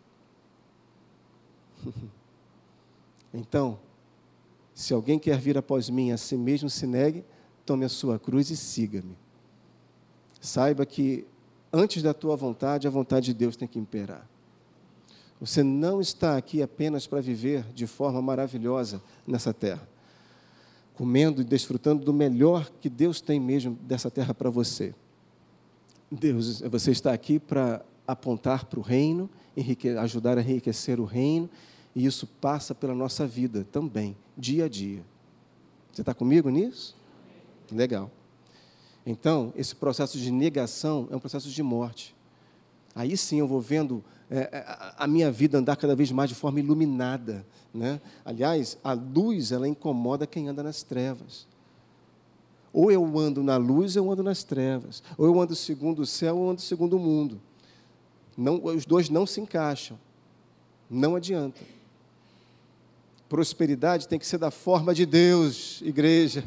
Então, se alguém quer vir após mim, a si mesmo se negue, tome a sua cruz e siga-me. Saiba que, antes da tua vontade, a vontade de Deus tem que imperar. Você não está aqui apenas para viver de forma maravilhosa nessa terra. comendo e desfrutando do melhor que Deus tem mesmo dessa terra para você. Você está aqui para apontar para o reino, ajudar a enriquecer o reino, e isso passa pela nossa vida também, dia a dia. Você está comigo nisso? Legal. Então, esse processo de negação é um processo de morte. Aí sim eu vou vendo a minha vida andar cada vez mais de forma iluminada, né? Aliás, a luz, ela incomoda quem anda nas trevas. Ou eu ando na luz, ou eu ando nas trevas. Ou eu ando segundo o céu, ou eu ando segundo o mundo. Não, os dois não se encaixam. Não adianta. Prosperidade tem que ser da forma de Deus, igreja.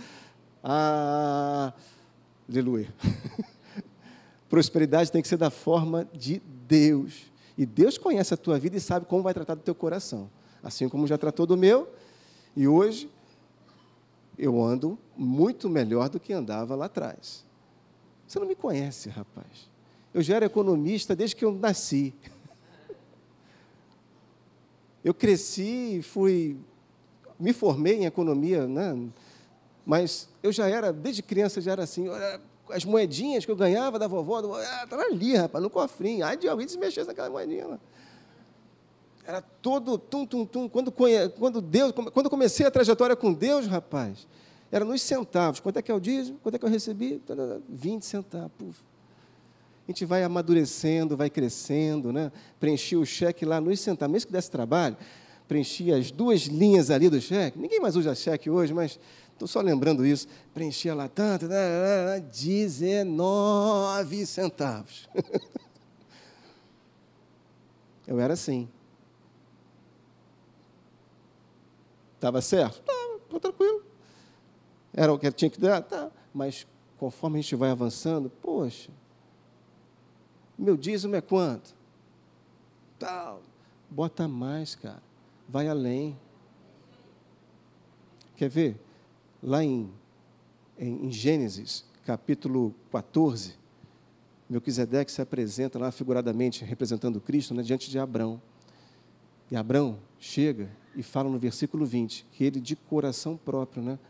Aleluia. Prosperidade tem que ser da forma de Deus. E Deus conhece a tua vida e sabe como vai tratar do teu coração. Assim como já tratou do meu. E hoje, eu ando muito melhor do que andava lá atrás. Você não me conhece, rapaz. Eu já era economista desde que eu nasci. Eu cresci e me formei em economia, né? Mas eu já era, desde criança, já era assim, as moedinhas que eu ganhava da vovó, estava ali, rapaz, no cofrinho. Ai, de alguém se mexesse naquela moedinha lá. Era todo tum. Quando eu comecei a trajetória com Deus, rapaz, era nos centavos. Quanto é que é o dízimo? Quanto é que eu recebi? 20 centavos. Puf. A gente vai amadurecendo, vai crescendo, né? Preenchi o cheque lá nos centavos. Mesmo que desse trabalho, preenchi as 2 linhas ali do cheque. Ninguém mais usa cheque hoje, mas estou só lembrando isso. Preenchia lá tanto, 19 centavos. Eu era assim. Estava certo? Estou tranquilo. Era o que tinha que dar? Tá. Mas conforme a gente vai avançando, poxa, meu dízimo é quanto? Tal. Bota mais, cara. Vai além. Quer ver? Lá em Gênesis, capítulo 14, Melquisedeque se apresenta lá figuradamente, representando Cristo, né, diante de Abrão. E Abrão chega e fala no versículo 20, que ele de coração próprio, né?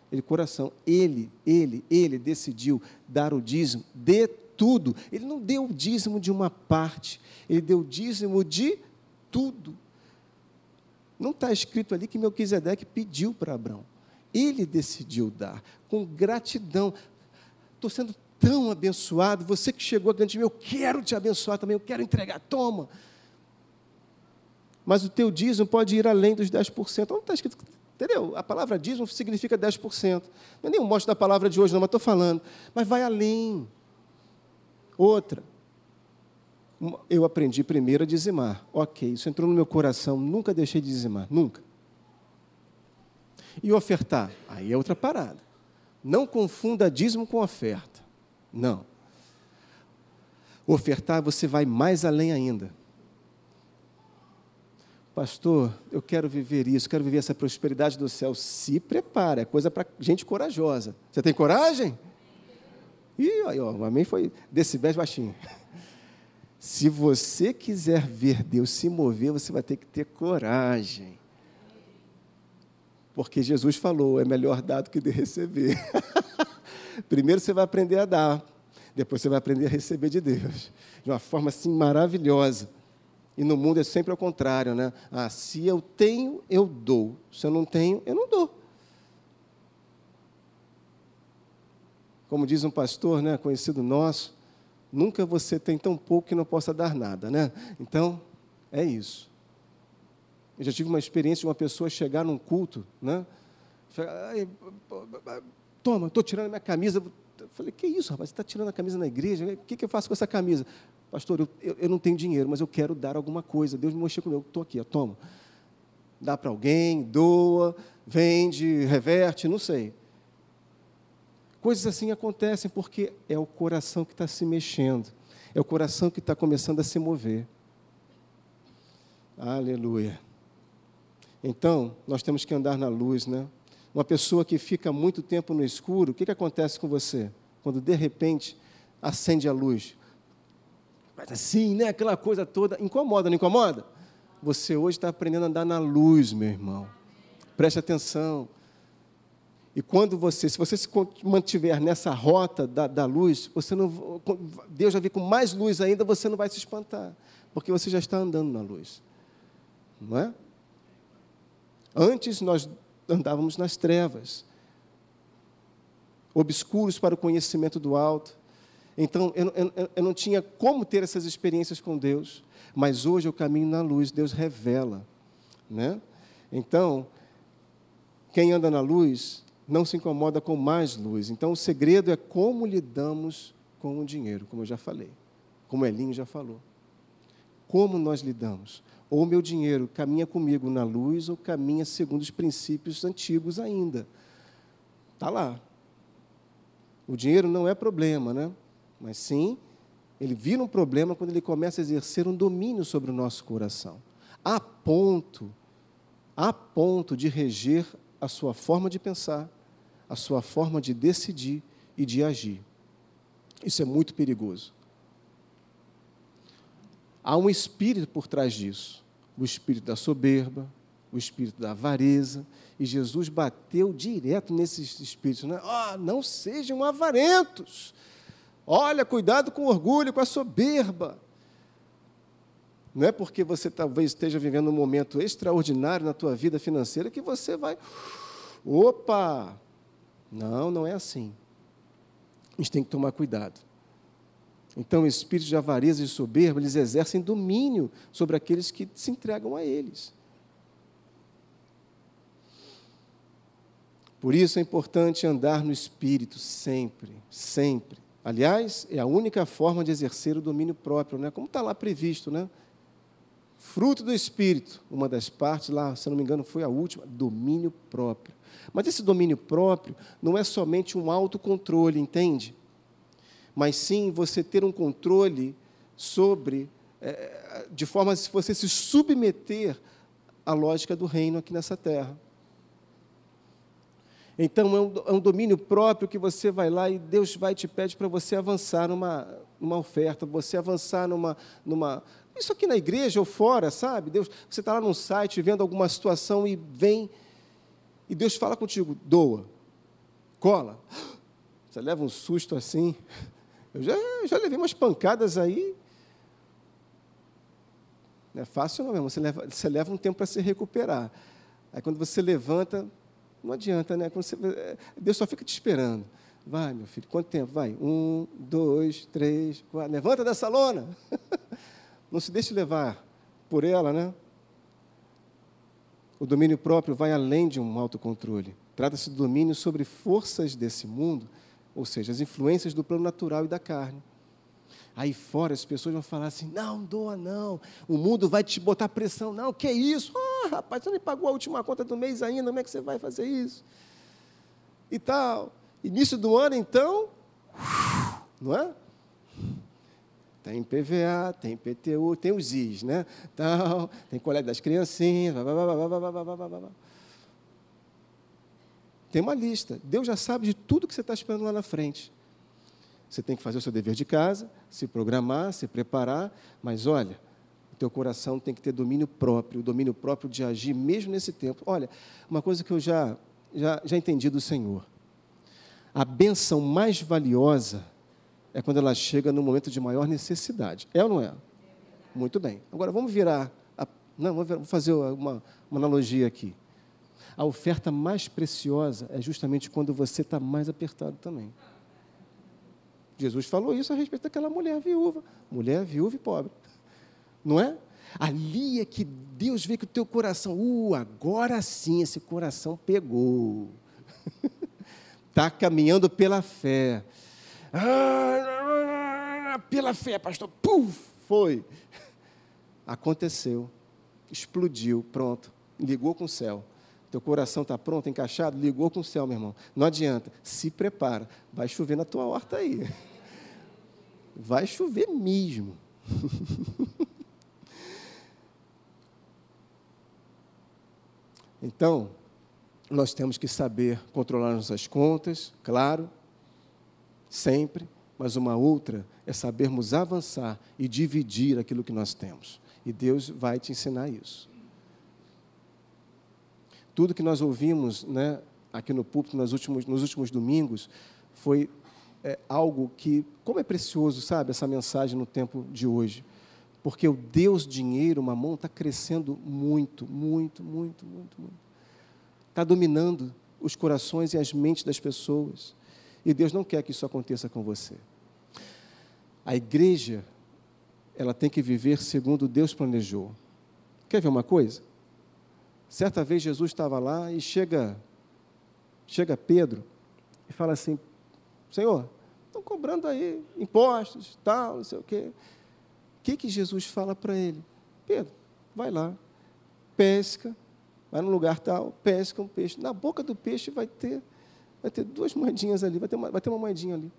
Ele decidiu dar o dízimo de tudo. Ele não deu o dízimo de uma parte, ele deu o dízimo de tudo. Não está escrito ali que Melquisedeque pediu para Abrão. Ele decidiu dar, com gratidão. Estou sendo tão abençoado, você que chegou diante de mim, eu quero te abençoar também, eu quero entregar, toma. Mas o teu dízimo pode ir além dos 10%. Não está escrito, entendeu? A palavra dízimo significa 10%. Não é nem um monte da palavra de hoje, não, mas estou falando. Mas vai além. Outra. Eu aprendi primeiro a dizimar. Ok, isso entrou no meu coração, nunca deixei de dizimar, nunca. E ofertar? Aí é outra parada. Não confunda dízimo com oferta. Não. Ofertar, você vai mais além ainda. Pastor, eu quero viver isso, quero viver essa prosperidade do céu. Se prepara, é coisa para gente corajosa. Você tem coragem? Ih, aí, ó, o amém foi decibéis baixinho. Se você quiser ver Deus se mover, você vai ter que ter coragem. Porque Jesus falou, é melhor dar do que de receber. Primeiro você vai aprender a dar, depois você vai aprender a receber de Deus. De uma forma assim maravilhosa. E no mundo é sempre ao contrário, né? Se eu tenho, eu dou. Se eu não tenho, eu não dou. Como diz um pastor, né, conhecido nosso, nunca você tem tão pouco que não possa dar nada, né? Então, é isso. Eu já tive uma experiência de uma pessoa chegar num culto, né? Toma, estou tirando a minha camisa. Eu falei, que isso, rapaz? Você está tirando a camisa na igreja? O que eu faço com essa camisa? Pastor, eu não tenho dinheiro, mas eu quero dar alguma coisa. Deus me mostrou comigo. Estou aqui, ó, toma. Dá para alguém, doa, vende, reverte, não sei. Coisas assim acontecem porque é o coração que está se mexendo. É o coração que está começando a se mover. Aleluia. Então, nós temos que andar na luz, né? Uma pessoa que fica muito tempo no escuro, o que acontece com você? Quando, de repente, acende a luz. Mas assim, né? Aquela coisa toda. Incomoda, não incomoda? Você hoje está aprendendo a andar na luz, meu irmão. Preste atenção. E quando se você se mantiver nessa rota da luz, Deus vai vir com mais luz ainda, você não vai se espantar, porque você já está andando na luz. Não é? Antes nós andávamos nas trevas, obscuros para o conhecimento do alto. Então, eu não tinha como ter essas experiências com Deus, mas hoje eu caminho na luz, Deus revela. Né? Então, quem anda na luz não se incomoda com mais luz. Então, o segredo é como lidamos com o dinheiro, como eu já falei, como Elinho já falou. Como nós lidamos? Ou o meu dinheiro caminha comigo na luz, ou caminha segundo os princípios antigos ainda. Está lá. O dinheiro não é problema, né? Mas sim, ele vira um problema quando ele começa a exercer um domínio sobre o nosso coração, a ponto de reger a sua forma de pensar, a sua forma de decidir e de agir. Isso é muito perigoso. Há um espírito por trás disso, o espírito da soberba, o espírito da avareza, e Jesus bateu direto nesses espíritos, né? Não sejam avarentos, olha, cuidado com o orgulho, com a soberba. Não é porque você talvez esteja vivendo um momento extraordinário na tua vida financeira que você vai, opa, não é assim. A gente tem que tomar cuidado. Então, espíritos de avareza e soberba, eles exercem domínio sobre aqueles que se entregam a eles. Por isso é importante andar no Espírito sempre, sempre. Aliás, é a única forma de exercer o domínio próprio, né? Como está lá previsto, né? Fruto do Espírito, uma das partes lá, se não me engano, foi a última, domínio próprio. Mas esse domínio próprio não é somente um autocontrole, entende? Mas sim você ter um controle sobre, de forma a você se submeter à lógica do reino aqui nessa terra. Então, é um domínio próprio que você vai lá e Deus vai te pede para você avançar numa oferta, você avançar numa... Isso aqui na igreja ou fora, sabe? Você está lá num site vendo alguma situação e vem, e Deus fala contigo, doa, cola. Você leva um susto assim. Eu já levei umas pancadas aí. Não é fácil não mesmo, você leva um tempo para se recuperar. Aí quando você levanta, não adianta, né? Deus só fica te esperando. Vai, meu filho, quanto tempo? Vai, 1, 2, 3, 4, levanta dessa lona. Não se deixe levar por ela, né? O domínio próprio vai além de um autocontrole. Trata-se do domínio sobre forças desse mundo, ou seja, as influências do plano natural e da carne. Aí fora as pessoas vão falar assim, não, doa não, o mundo vai te botar pressão, não, que isso? Rapaz, você nem pagou a última conta do mês ainda, como é que você vai fazer isso? E tal. Início do ano, então, não é? Tem PVA, tem IPTU, tem os IS, né? Tal, tem colégio das criancinhas, tem uma lista. Deus já sabe de tudo que você está esperando lá na frente. Você tem que fazer o seu dever de casa, se programar, se preparar, mas, olha, o teu coração tem que ter domínio próprio, o domínio próprio de agir mesmo nesse tempo. Olha, uma coisa que eu já entendi do Senhor. A bênção mais valiosa é quando ela chega no momento de maior necessidade. É ou não é? Muito bem. Agora, vamos vamos fazer uma analogia aqui. A oferta mais preciosa é justamente quando você está mais apertado também. Jesus falou isso a respeito daquela mulher viúva e pobre. Não é? Ali é que Deus vê que o teu coração, agora sim esse coração pegou. Está caminhando pela fé. Pela fé, pastor. Puf, foi. Aconteceu. Explodiu, pronto. Ligou com o céu. Teu coração está pronto, encaixado? Ligou com o céu, meu irmão. Não adianta. Se prepara. Vai chover na tua horta aí. Vai chover mesmo. Então, nós temos que saber controlar nossas contas, claro, sempre, mas uma outra é sabermos avançar e dividir aquilo que nós temos. E Deus vai te ensinar isso. Tudo que nós ouvimos, né, aqui no púlpito nos últimos domingos foi algo que, como é precioso, sabe, essa mensagem no tempo de hoje. Porque o Deus dinheiro, Mamon, está crescendo muito, muito, muito, muito, muito. Está dominando os corações e as mentes das pessoas. E Deus não quer que isso aconteça com você. A igreja, ela tem que viver segundo Deus planejou. Quer ver uma coisa? Certa vez Jesus estava lá e chega Pedro e fala assim: Senhor, estão cobrando aí impostos, tal, não sei o quê. O que Jesus fala para ele? Pedro, vai lá, pesca, vai num lugar tal, pesca um peixe. Na boca do peixe vai ter 2 moedinhas ali, vai ter uma moedinha ali.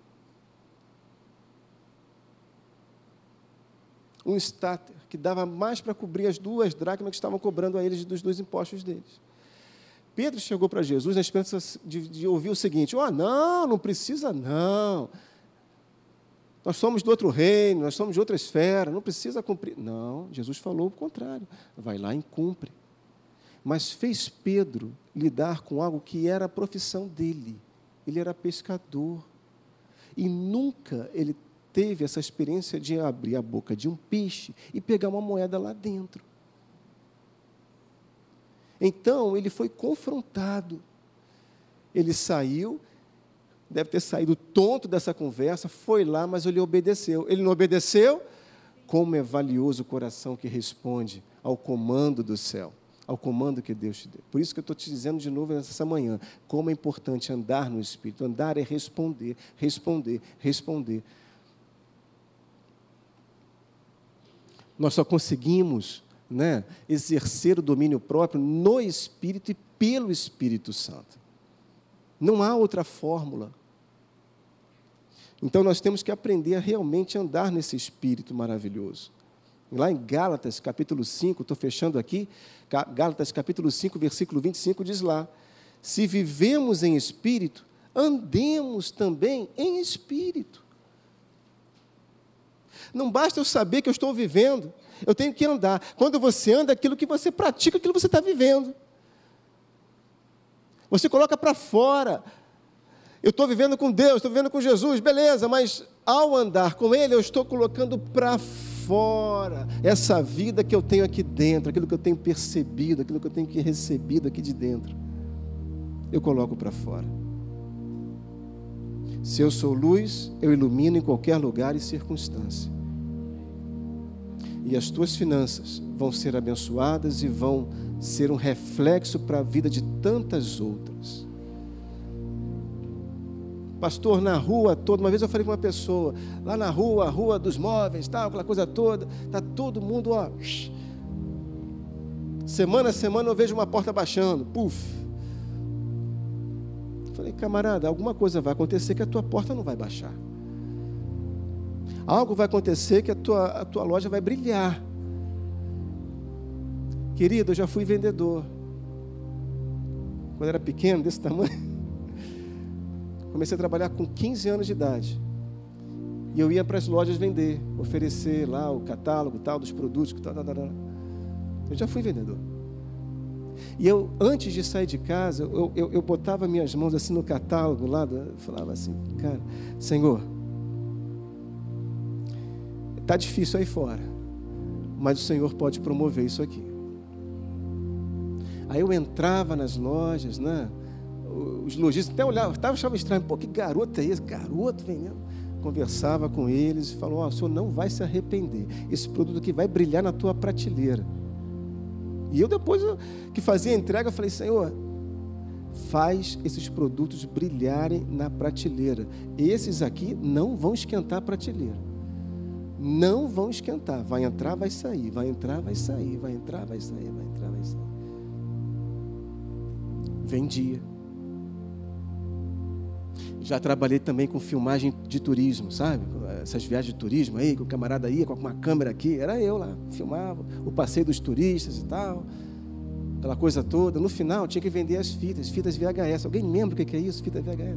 Um estáter, que dava mais para cobrir as 2 dracmas que estavam cobrando a eles dos 2 impostos deles. Pedro chegou para Jesus na esperança de ouvir o seguinte: não precisa não. Nós somos do outro reino, nós somos de outra esfera, não precisa cumprir. Não, Jesus falou o contrário. Vai lá e cumpre. Mas fez Pedro lidar com algo que era a profissão dele. Ele era pescador. E nunca ele teve essa experiência de abrir a boca de um peixe e pegar uma moeda lá dentro. Então, ele foi confrontado. Ele saiu, deve ter saído tonto dessa conversa, foi lá, mas ele obedeceu. Ele não obedeceu? Como é valioso o coração que responde ao comando do céu, ao comando que Deus te deu. Por isso que eu estou te dizendo de novo nessa manhã, como é importante andar no Espírito. Andar é responder, responder, responder. Nós só conseguimos, exercer o domínio próprio no Espírito e pelo Espírito Santo. Não há outra fórmula. Então, nós temos que aprender a realmente andar nesse Espírito maravilhoso. Lá em Gálatas, capítulo 5, estou fechando aqui, Gálatas, capítulo 5, versículo 25, diz lá: se vivemos em Espírito, andemos também em Espírito. Não basta eu saber que eu estou vivendo, eu tenho que andar. Quando você anda, aquilo que você pratica, aquilo que você está vivendo. Você coloca para fora. Eu estou vivendo com Deus, estou vivendo com Jesus, beleza, mas ao andar com Ele, eu estou colocando para fora essa vida que eu tenho aqui dentro, aquilo que eu tenho percebido, aquilo que eu tenho recebido aqui de dentro. Eu coloco para fora. Se eu sou luz, eu ilumino em qualquer lugar e circunstância. E as tuas finanças vão ser abençoadas e vão ser um reflexo para a vida de tantas outras. Pastor, na rua toda, uma vez eu falei com uma pessoa, lá na rua, a rua dos móveis, tal, aquela coisa toda, está todo mundo, semana a semana eu vejo uma porta baixando, puf. Falei, camarada, alguma coisa vai acontecer que a tua porta não vai baixar. Algo vai acontecer que a tua loja vai brilhar. Querido, eu já fui vendedor. Quando era pequeno, desse tamanho. Comecei a trabalhar com 15 anos de idade. E eu ia para as lojas vender, oferecer lá o catálogo tal, dos produtos. Tal. Eu já fui vendedor. E eu, antes de sair de casa, eu botava minhas mãos assim no catálogo lá, falava assim, cara, Senhor, está difícil aí fora, mas o Senhor pode promover isso aqui. Aí eu entrava nas lojas, os lojistas até olhavam, achava estranho, pô, que garoto é esse? Garoto vendendo. Conversava com eles e falou, o senhor não vai se arrepender, esse produto aqui vai brilhar na tua prateleira. E eu depois que fazia a entrega, eu falei, Senhor, faz esses produtos brilharem na prateleira. Esses aqui não vão esquentar a prateleira. Não vão esquentar. Vai entrar, vai sair. Vai entrar, vai sair. Vai entrar, vai sair. Vai entrar, vai sair. Vendia. Já trabalhei também com filmagem de turismo, sabe? Essas viagens de turismo aí, que o camarada ia com uma câmera aqui, era eu lá, filmava o passeio dos turistas e tal, aquela coisa toda. No final, tinha que vender as fitas VHS. Alguém lembra o que é isso, fita VHS?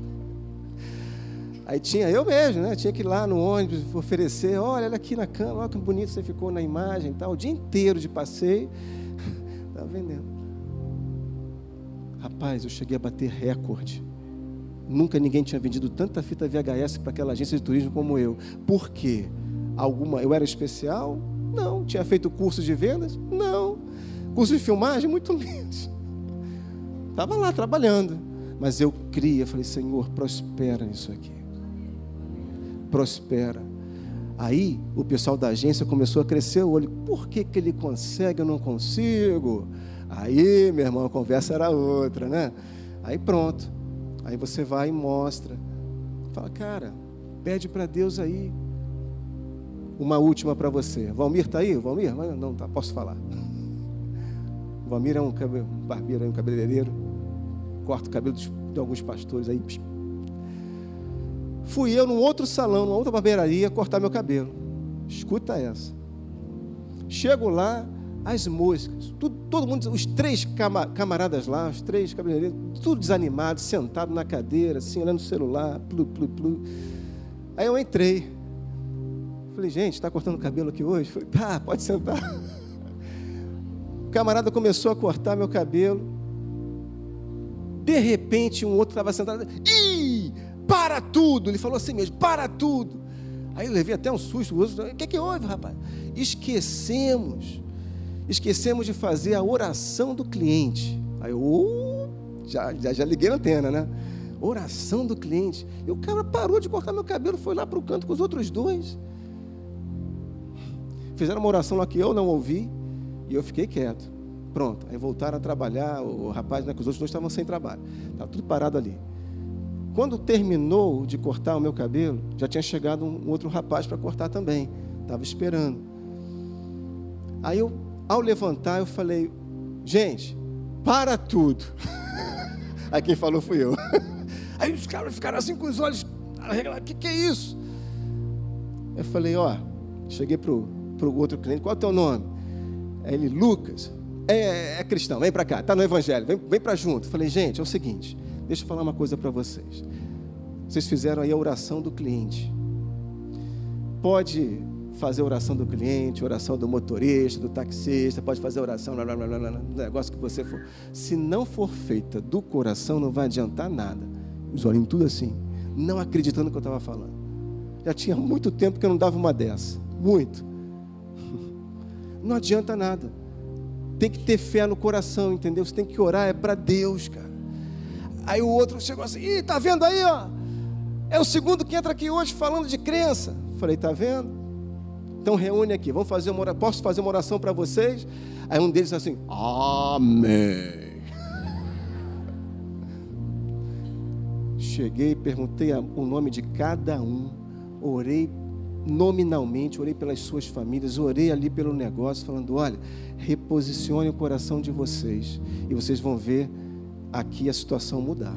Aí tinha eu mesmo, tinha que ir lá no ônibus oferecer, olha aqui na câmera, olha que bonito você ficou na imagem e tal, o dia inteiro de passeio, estava vendendo. Rapaz, eu cheguei a bater recorde. Nunca ninguém tinha vendido tanta fita VHS para aquela agência de turismo como eu. Por quê? Eu era especial? Não. Tinha feito curso de vendas? Não. Curso de filmagem? Muito menos. Estava lá trabalhando. Mas eu cria, falei, Senhor, prospera nisso aqui. Prospera. Aí o pessoal da agência começou a crescer o olho. Por que ele consegue, eu não consigo? Aí, meu irmão, a conversa era outra, né? Aí pronto. Aí você vai e mostra. Fala, cara, pede para Deus aí. Uma última para você. Valmir está aí? Valmir? Não, tá, posso falar. O Valmir é um barbeiro, um cabeleireiro. Corta o cabelo de alguns pastores aí. Fui eu num outro salão, numa outra barbearia, cortar meu cabelo. Escuta essa. Chego lá, as músicas, todo mundo, os 3 camaradas lá, os 3 cabeleireiros, tudo desanimado, sentado na cadeira, assim, olhando no celular, plu. Aí eu entrei. Falei, gente, está cortando cabelo aqui hoje? Falei, tá, pode sentar. O camarada começou a cortar meu cabelo. De repente, um outro estava sentado. Ih, para tudo! Ele falou assim mesmo, para tudo! Aí eu levei até um susto. O que houve, rapaz? Esquecemos de fazer a oração do cliente. Aí eu já liguei na antena, né? Oração do cliente. E o cara parou de cortar meu cabelo, foi lá para o canto com os outros 2. Fizeram uma oração lá que eu não ouvi e eu fiquei quieto. Pronto, aí voltaram a trabalhar, o rapaz, né, que os outros 2 estavam sem trabalho. Estava tudo parado ali. Quando terminou de cortar o meu cabelo, já tinha chegado um outro rapaz para cortar também. Estava esperando. Aí eu, ao levantar, eu falei, gente, para tudo. Aí quem falou fui eu. Aí os caras ficaram assim com os olhos arregalados, o que é isso? Eu falei, cheguei para o outro cliente, qual é o teu nome? Aí ele, Lucas. É cristão, vem para cá, está no evangelho, vem para junto. Falei, gente, é o seguinte, deixa eu falar uma coisa para vocês. Vocês fizeram aí a oração do cliente. Pode fazer a oração do cliente, oração do motorista, do taxista, pode fazer a oração, do negócio que você for. Se não for feita do coração, não vai adiantar nada. Os olhinhos tudo assim, não acreditando no que eu estava falando. Já tinha muito tempo que eu não dava uma dessa, muito. Não adianta nada. Tem que ter fé no coração, entendeu? Você tem que orar, é para Deus, cara. Aí o outro chegou assim, tá vendo aí, ó? É o segundo que entra aqui hoje falando de crença. Falei, tá vendo? Então reúne aqui, vamos fazer posso fazer uma oração para vocês? Aí um deles assim, amém. Cheguei, perguntei o nome de cada um, orei nominalmente, orei pelas suas famílias, orei ali pelo negócio, falando, olha, reposicione o coração de vocês, e vocês vão ver aqui a situação mudar.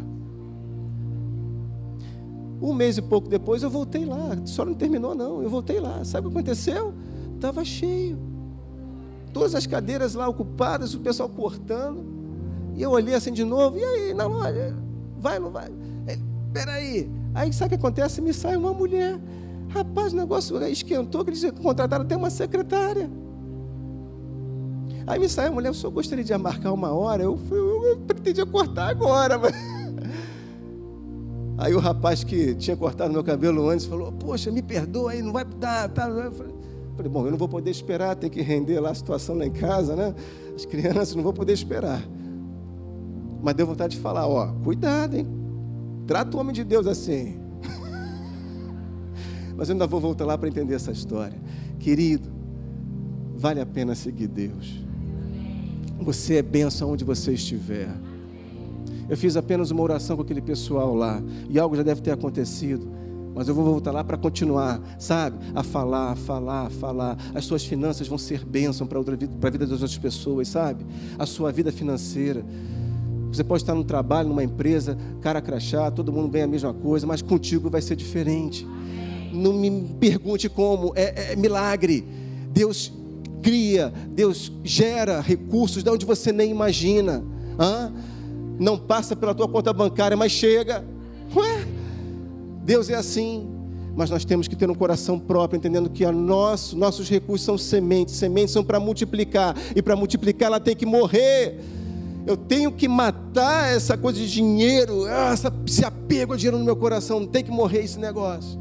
1 mês e pouco depois eu voltei lá, só não terminou não, eu voltei lá, sabe o que aconteceu? Estava cheio, todas as cadeiras lá ocupadas, o pessoal cortando, e eu olhei assim de novo, e aí, na loja, vai ou não vai? Peraí, aí sabe o que acontece? Me sai uma mulher. Rapaz, o negócio esquentou, que eles contrataram até uma secretária. Aí me saiu a mulher, eu só gostaria de marcar uma hora. Eu pretendia cortar agora. Mas... Aí o rapaz que tinha cortado meu cabelo antes falou, poxa, me perdoa aí, não vai dar. Tá. Eu falei, bom, eu não vou poder esperar, tem que render lá a situação lá em casa, né? As crianças não vão poder esperar. Mas deu vontade de falar, cuidado, hein? Trata o homem de Deus assim. Mas eu ainda vou voltar lá para entender essa história. Querido, vale a pena seguir Deus. Você é bênção onde você estiver. Eu fiz apenas uma oração com aquele pessoal lá, e algo já deve ter acontecido, mas eu vou voltar lá para continuar, sabe? A falar. As suas finanças vão ser bênção para a vida das outras pessoas, sabe? A sua vida financeira. Você pode estar num trabalho, numa empresa, cara crachá, todo mundo ganha a mesma coisa, mas contigo vai ser diferente. Não me pergunte como, é milagre. Deus cria, Deus gera recursos de onde você nem imagina. Não passa pela tua conta bancária, mas chega. Deus é assim. Mas nós temos que ter um coração próprio, entendendo que nossos recursos são sementes. Sementes são para multiplicar, e para multiplicar ela tem que morrer. Eu tenho que matar essa coisa de dinheiro, esse apego a dinheiro no meu coração, tem que morrer esse negócio.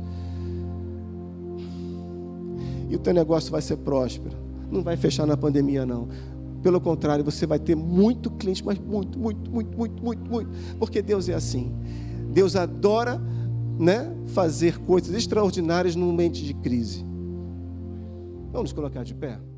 E o teu negócio vai ser próspero. Não vai fechar na pandemia, não. Pelo contrário, você vai ter muito cliente, mas muito. Porque Deus é assim. Deus adora, fazer coisas extraordinárias no momento de crise. Vamos nos colocar de pé?